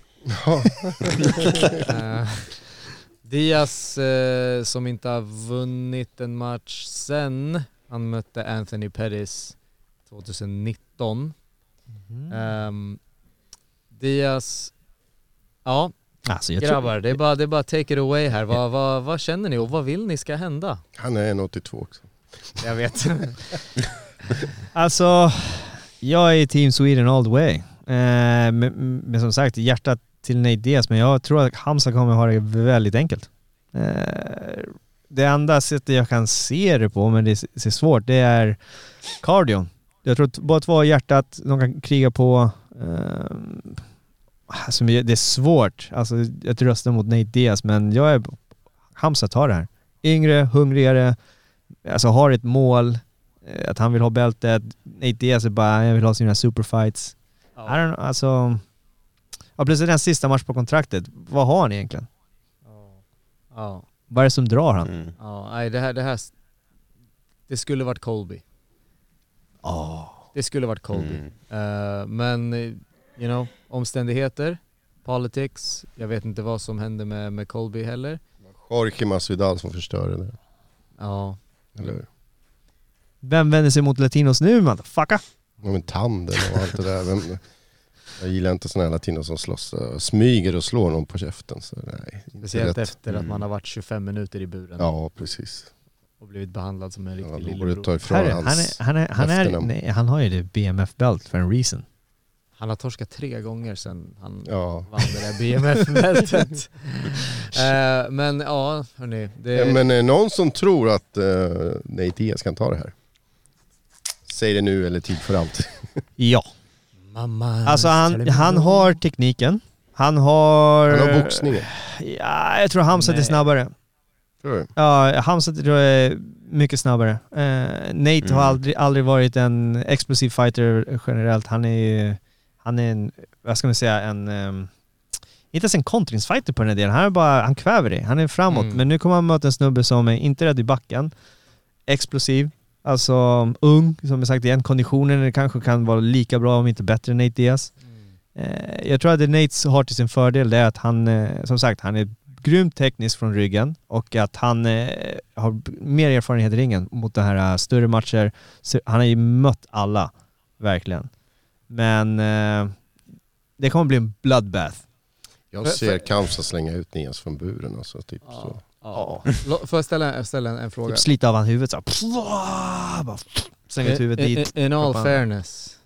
Diaz som inte har vunnit en match sen. Han mötte Anthony Pettis 2019. Diaz... Ja, alltså, grabbar, det är bara take it away här. Vad känner ni och vad vill ni ska hända? Han är 1,82 också. Jag vet. Alltså, Jag är Team Sweden all the way. Men som sagt, hjärtat till Nate Diaz, men jag tror att Khamzat kommer ha det väldigt enkelt. Det enda sättet jag kan se det på, men det är svårt, det är cardion. Jag tror att bara två hjärtat, de kan kriga på. Alltså, det är svårt. Alltså, jag röstar mot Nate Diaz, men Khamzat tar det här. Yngre, hungrigare, alltså har ett mål, att han vill ha bältet. Nate Diaz är bara, jag vill ha sina superfights. I don't know, alltså... Ja, plötsligt den sista match på kontraktet. Vad har han egentligen? Ja. Vad är det som drar han? Ja, nej, det här det skulle varit Colby. Det skulle varit Colby. Men you know, omständigheter, politics, jag vet inte vad som hände med Colby heller. Jorge Masvidal som förstörde det. Ja. Eller? Vem vänder sig mot latinos nu, motherfucker? Ja, men tanden och allt det där. Jag gillar inte såna här latinos som slåss, smyger och slår någon på käften. Så nej, speciellt efter att man har varit 25 minuter i buren. Ja, precis. Och blivit behandlad som en riktig lillebror. Han har ju det BMF-bält för en reason. Han har torskat 3 gånger sedan han vann det där BMF-bältet. Men ja, hörni. Men någon som tror att Nate Diaz kan ta det här? Säg det nu eller tid för allt. Ja. Mamma, alltså han har tekniken. Han har boxningen. Ja, jag tror Khamzat är snabbare. Ja, Khamzat tror jag är mycket snabbare. Nate har aldrig varit en explosiv fighter generellt. Han är en, vad ska man säga, inte ens en kontringsfighter på den här delen. Han kväver det. Han är framåt. Men nu kommer han möta en snubbe som är inte rädd i backen. Explosiv. Alltså ung, som jag sagt igen. Konditionen kanske kan vara lika bra om inte bättre än Nate Diaz. Jag tror att det Nate har till sin fördel är att han, som sagt, han är grymt teknisk från ryggen och att han har mer erfarenhet i ringen mot de här större matcher. Så han har ju mött alla, verkligen. Men det kommer bli en bloodbath. Jag ser Khamzat slänga ut Nias från buren. Alltså, typ så. Får jag ställa en fråga? Typ slita av hans huvud så bara slänga ut huvudet dit. In all fairness,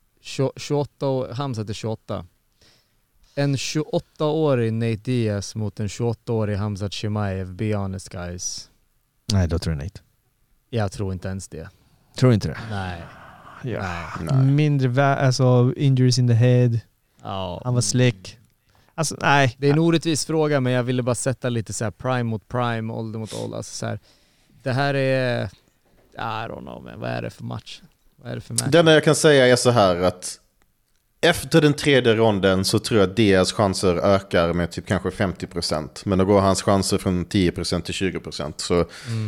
28 år, Khamzat är 28. En 28-årig Nate Diaz mot en 28-årig Khamzat Chimaev, be honest guys. Nej, då tror jag Nate. Jag tror inte ens det. Tror inte det? Nej. Ja. Nej. Mindre alltså injuries in the head. Han var slick. Alltså, nej. Det är en orättvis fråga, men jag ville bara sätta lite så här prime mot prime, ålder mot ålder. Alltså så här, det här är... I don't know, men vad är det för match? Det enda jag kan säga är så här att efter den 3:e ronden så tror jag att Diaz chanser ökar med typ kanske 50%. Men då går hans chanser från 10% till 20%. Så,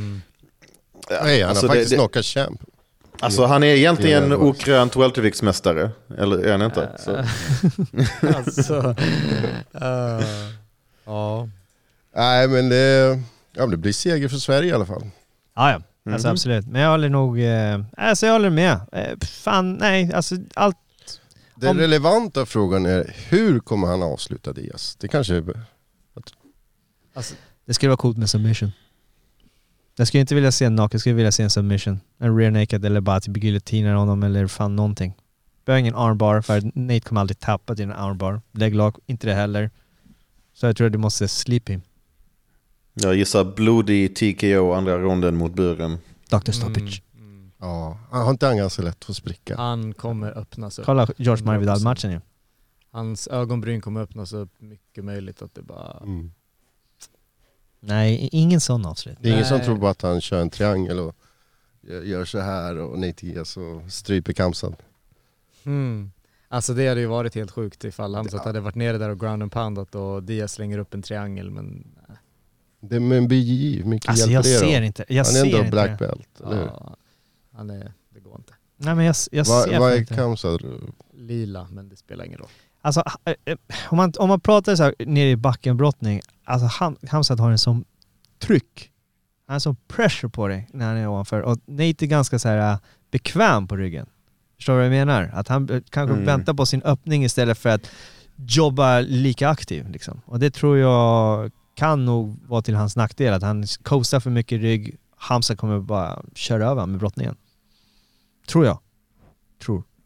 nej, han har faktiskt knockat champ. Alltså han är egentligen okrönt welterviktsmästare. Eller är han inte? Så. Alltså, ja. Nej, men det blir seger för Sverige i alla fall. Ja. Alltså, absolut. Men jag håller nog... jag håller med. Fan, nej. Alltså, allt... Den relevanta frågan är, hur kommer han avsluta Diaz? Det kanske är... Alltså, det skulle vara coolt med submission. Jag skulle inte vilja se en knock, jag skulle vilja se en submission. En rear naked eller bara typ guillotiner honom eller fan någonting. Behöver ingen armbar, för Nate kommer aldrig tappa till en armbar. Lägglag, inte det heller. Så jag tror att du måste sleep him. Jag gissar blodig TKO andra ronden mot buren. Dr. Stoppage. Ja, han har inte ganska lätt att spricka. Han kommer öppnas upp. Kolla George Masvidal-matchen ju. Hans ögonbryn kommer öppnas upp, mycket möjligt att det bara... Nej, ingen sån avslut. Det är ingen som tror på att han kör en triangel och gör så här och Nate Diaz och stryper Khamzat. Alltså det hade ju varit helt sjukt ifall Khamzat hade varit nere där och ground and poundat och Diaz slänger upp en triangel, men... Det med en BJJ, mycket alltså, hjälper jag det ser då. inte. Jag han är ser ändå inte black belt, eller hur? Ja, det går inte. Nej, men jag ser vad är inte. Khamzat? Lila, men det spelar ingen roll. Alltså, om man pratar så här nere i backenbrottning, alltså Khamzat har en sån tryck. Han har en sån pressure på dig när han är ovanför. Och Nate är ganska så här bekväm på ryggen. Förstår du vad jag menar? Att han kanske väntar på sin öppning istället för att jobba lika aktiv. Liksom. Och det tror jag kan nog vara till hans nackdel. Att han coastar för mycket rygg. Khamzat kommer bara köra över med brottningen. Tror jag.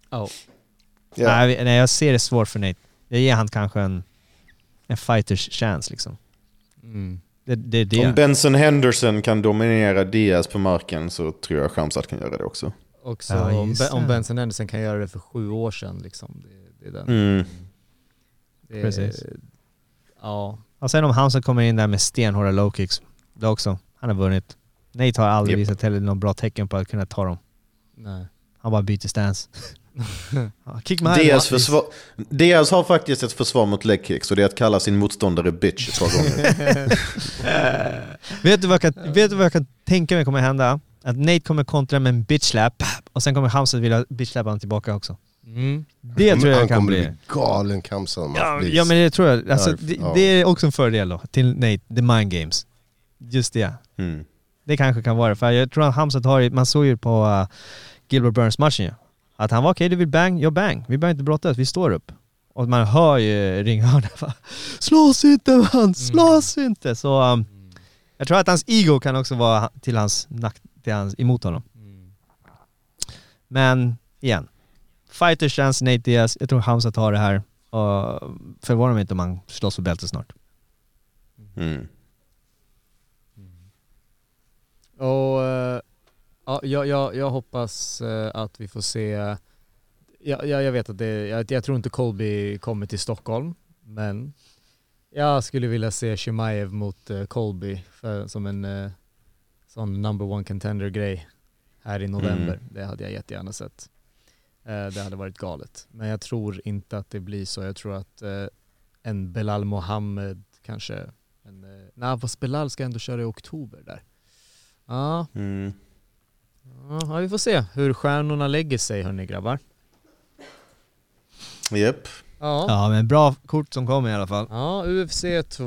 Ja. Ja. Nej, jag ser det svårt för Nate. Jag ger han kanske en fighters chans liksom. Det. Om Benson Henderson kan dominera Diaz på marken så tror jag Khamzat kan göra det också. Också Ja, om Benson Henderson kan göra det för 7 år sedan liksom. Det är den. Det är, Precis. Ja. Och sen om Khamzat kommer in där med stenhårda low kicks, det också. Han har vunnit. Nate har aldrig visat heller något bra tecken på att kunna ta dem. Nej. Han bara byter stance. Kick my Diaz har faktiskt ett försvar mot leg kicks och det är att kalla sin motståndare bitch ett par gånger. Vet du vad jag kan tänka mig kommer hända? Att Nate kommer kontra med en bitch slap och sen kommer Khamzat vilja bitch slappa honom tillbaka också. Det tror jag kan bli galen Khamzat. Ja, men det tror jag. Alltså, det är också en fördel då till Nate, the mind games. Just det. Det kanske kan vara, för jag tror att Khamzat har, man såg ju på Gilbert Burns matchen ju, att han var okej, du vill bang, jag bang. Vi behöver inte brottas, vi står upp. Och man hör ju ringhörna, slås inte man, slås inte. Så jag tror att hans ego kan också vara emot honom. Men igen, fighter chance Nate Diaz, jag tror Khamzat tar det här. Och förvånar mig inte om man slåss för bältet snart. Och jag hoppas att vi får se. Jag vet att jag tror inte Colby kommer till Stockholm, men jag skulle vilja se Chimaev mot Colby som en sån number one contender grej här i november. Det hade jag jättegärna sett. Det hade varit galet. Men jag tror inte att det blir så. Jag tror att en Belal Mohammed kanske fast Belal ska ändå köra i oktober där. Ja. Ja, vi får se hur stjärnorna lägger sig, hörni grabbar. Japp. Ja, men bra kort som kommer i alla fall. Ja, UFC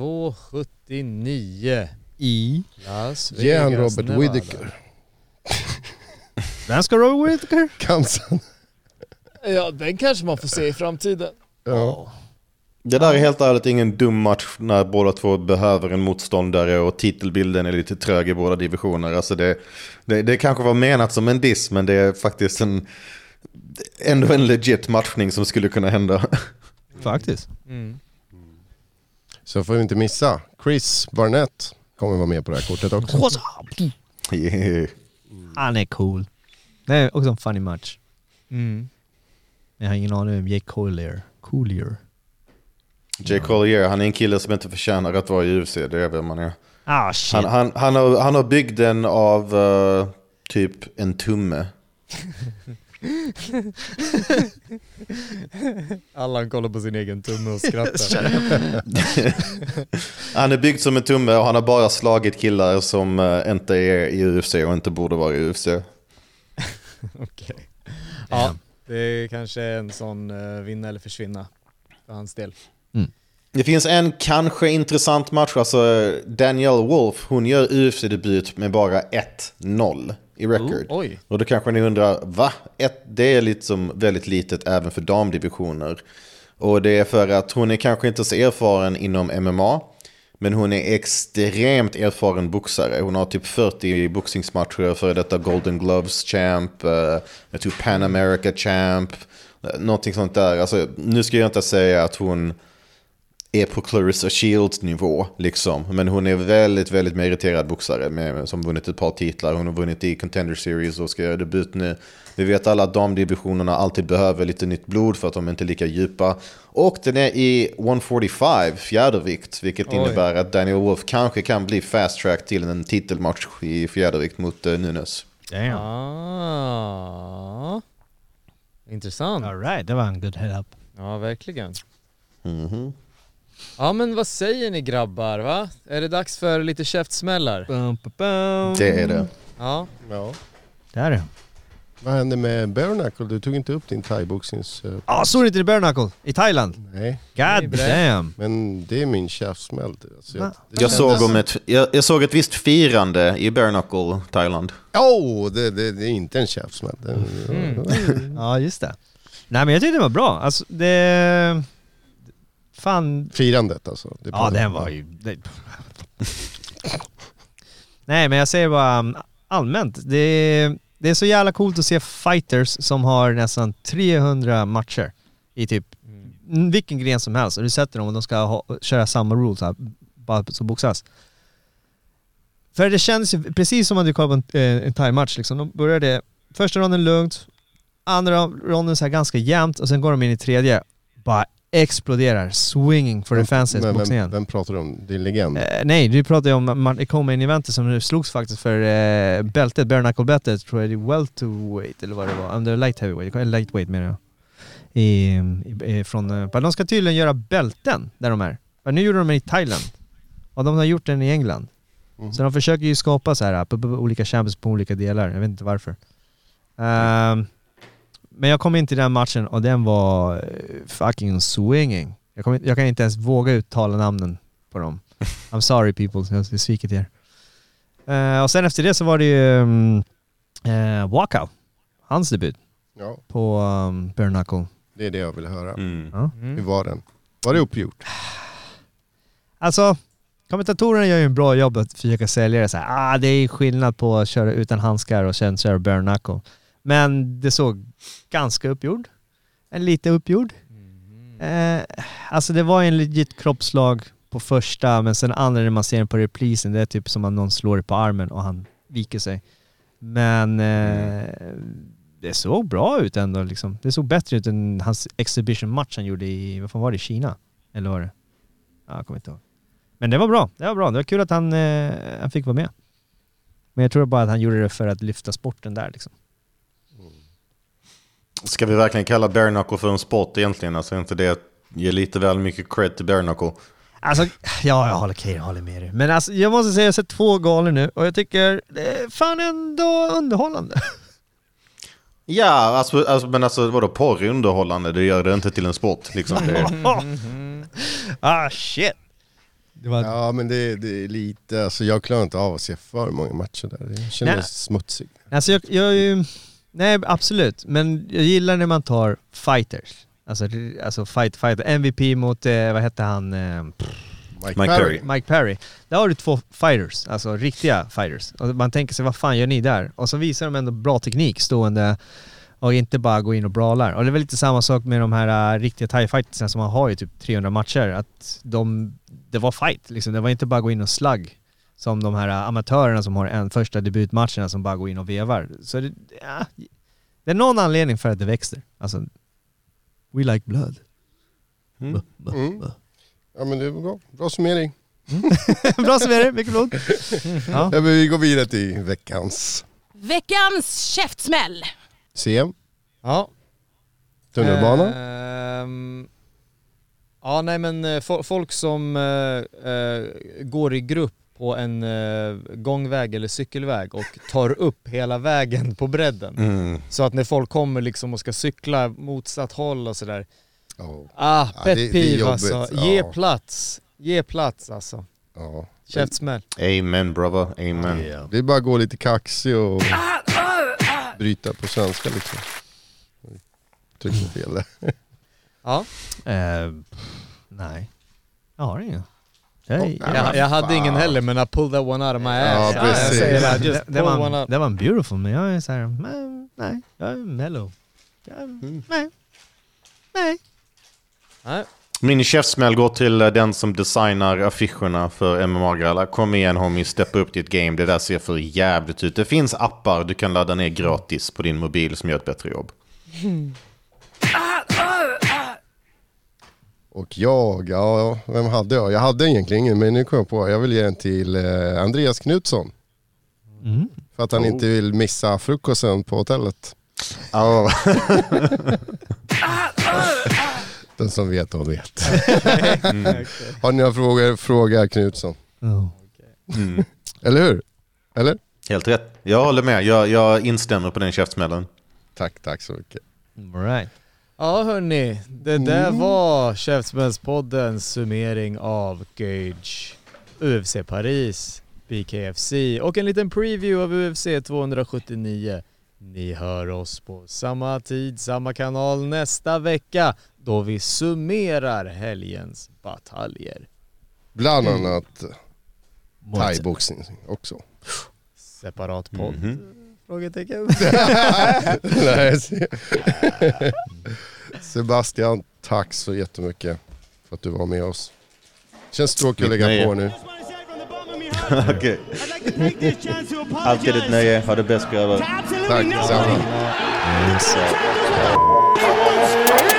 279 i Las Vegas, Jan Robert Nevada. Whittaker. Vem ska Robert Whittaker? Khamzat. Ja, den kanske man får se i framtiden. Ja. Det där är helt ärligt ingen dum match när båda två behöver en motståndare och titelbilden är lite trög i båda divisioner. Alltså det kanske var menat som en diss, men det är faktiskt ändå en legit matchning som skulle kunna hända. Faktiskt. Så får vi inte missa. Chris Barnett kommer vara med på det här kortet också. Yeah. Han är cool. Det är också en funny match. Jag har ingen aning om Jake Collier. Jake Collier, han är en kille som inte förtjänar att vara i UFC, det är väl man är. Shit. Han har byggt den av typ en tumme. Allan kollar på sin egen tumme och skrattar. Han är byggd som en tumme och han har bara slagit killar som inte är i UFC och inte borde vara i UFC. Okej. Ja, det är kanske en sån vinna eller försvinna för hans del. Det finns en kanske intressant match. Alltså Danielle Wolf, hon gör UFC-debut med bara 1-0 i record. Oj. Och då kanske ni undrar, va? Det är liksom väldigt litet även för damdivisioner. Och det är för att hon är kanske inte så erfaren inom MMA, men hon är extremt erfaren boxare. Hon har typ 40 boxningsmatcher för detta Golden Gloves champ, jag tror Pan America champ, någonting sånt där. Alltså, nu ska jag inte säga att hon är på Clarissa Shields nivå liksom, men hon är väldigt, väldigt meriterad boxare som vunnit ett par titlar. Hon har vunnit i Contender Series och ska göra debut nu. Vi vet alla att damdivisionerna alltid behöver lite nytt blod för att de inte är lika djupa. Och den är i 145, fjärdevikt, vilket innebär att Daniel Wolf kanske kan bli fast track till en titelmatch i fjärdevikt mot Nunes. Intressant. All right, det var en good head up. Ja, verkligen. Ja, men vad säger ni grabbar, va? Är det dags för lite käftsmällar? Det är det. Ja. Det är det. Vad hände med bare knuckle? Du tog inte upp din thai-boxnings... såg du inte det bare knuckle i Thailand? Nej. God damn. Men det är min käftsmäll. Alltså, Jag såg ett visst firande i bare knuckle Thailand. Det är inte en käftsmäll. Ja, just det. Nej, men jag tyckte det var bra. Alltså, det... Fan... Firandet alltså. Den var ju... Nej, men jag säger bara allmänt. Det är så jävla coolt att se fighters som har nästan 300 matcher i typ vilken gren som helst, och du sätter dem och de ska köra samma rules här, bara så boxas. För det känns ju precis som att du kollar på en thai-match liksom. De började första ronden lugnt, andra ronden så här ganska jämnt, och sen går de in i tredje, bara exploderar, swinging for the fences. Vem pratar du om? Det är en legend. Nej, du pratar ju om det kom en eventet som slogs faktiskt för bältet, bare knuckle bältet, tror jag det är welterweight eller vad det var, under light heavyweight, eller lightweight menar jag. Från de ska tydligen göra bälten där de är. Men nu gjorde de det i Thailand. Och de har gjort den i England. Så de försöker ju skapa så här olika champions på olika delar. Jag vet inte varför. Men jag kom in till den matchen och den var fucking swinging. Jag kan inte ens våga uttala namnen på dem. I'm sorry people, jag har svikit er. Och sen efter det så var det ju Walkout. Hans debut. Ja. På bare knuckle. Det är det jag vill höra. Ja. Hur var den? Var det uppgjort? Alltså, kommentatorerna gör ju en bra jobb att försöka sälja det så här. Det är skillnad på att köra utan handskar och sen köra bare knuckle. Men det såg ganska uppgjord. En lite uppgjord. Alltså det var en legit kroppslag på första, men sen andra när man ser den på reprisen, det är typ som att någon slår det på armen och han viker sig. Men det såg bra ut ändå liksom. Det såg bättre ut än hans exhibition-match han gjorde i, vad fan var det, Kina? Eller var det? Ja, jag kommer inte ihåg. Men det var bra. Det var kul att han fick vara med. Men jag tror bara att han gjorde det för att lyfta sporten där liksom. Ska vi verkligen kalla bare knuckle för en sport egentligen? Alltså inte det ger lite väl mycket cred till bare knuckle? Alltså, ja, jag håller med dig. Men alltså, jag måste säga, jag har sett 2 galor nu och jag tycker det är fan ändå underhållande. Ja, alltså men alltså vadå, porr är underhållande? Det gör det inte till en sport liksom. Shit. Ja, men det är lite, alltså jag klarar inte av att se för många matcher där. Det känns smutsigt. Alltså nej, absolut. Men jag gillar när man tar fighters. Alltså fighter. MVP mot, vad hette han? Mike Perry. Där har du 2 fighters, alltså riktiga fighters. Och man tänker sig, vad fan gör ni där? Och så visar de ändå bra teknik stående och inte bara gå in och brawlar. Och det är väl lite samma sak med de här riktiga thai-fightersna som man har ju typ 300 matcher. Att det var fight, liksom. Det var inte bara gå in och slug som de här amatörerna som har en första debutmatcherna som bara går in och vevar. Så det är någon anledning för att det växer. Alltså, we like blood. Ja, men det är bra. Bra summering. Bra summering, mycket blod. Ja, men vi går vidare till Veckans käftsmäll. CM. Ja. Tunnelbana. Ja, nej men folk som går i grupp på en gångväg eller cykelväg och tar upp hela vägen på bredden. Så att när folk kommer liksom och ska cykla motsatt håll och sådär. Pet peeve alltså. Ge plats alltså. Ja. Käftsmäll. Amen brother, amen. Det är bara att gå lite kaxig och bryta på svenska liksom. Tryckte fel där. Ja. Nej. Jag har ingen. Jag hade ingen heller, men I pulled that one out of my ass. Ja, precis. Det var en beautiful, men jag är så här, nej, jag är mellow. Nej. Min käftsmäll går till den som designar affischerna för MMA-gralla. Kom igen homie, steppa upp ditt game. Det där ser för jävligt ut. Det finns appar du kan ladda ner gratis på din mobil som gör ett bättre jobb. Och vem hade jag? Jag hade egentligen ingen, men nu kom jag på. Jag vill ge den till Andreas Knutsson. För att han inte vill missa frukosten på hotellet. Den som vet och vet. Har ni några frågor? Fråga Knutsson. Eller hur? Eller? Helt rätt. Jag håller med. Jag instämmer på den käftsmällen. Tack så mycket. All right. Ja hörni, det där var Käftsmällspoddens summering av Cage, UFC Paris, BKFC och en liten preview av UFC 279. Ni hör oss på samma tid, samma kanal nästa vecka då vi summerar helgens bataljer. Bland annat thai-boxning också. Separat podd Frågetecken. Nej. Sebastian, tack så jättemycket för att du var med oss. Känns tråkigt att lägga på nu. Okej. Alltid ett nöje. Ha det bäst, grabbar. Tack, detsamma.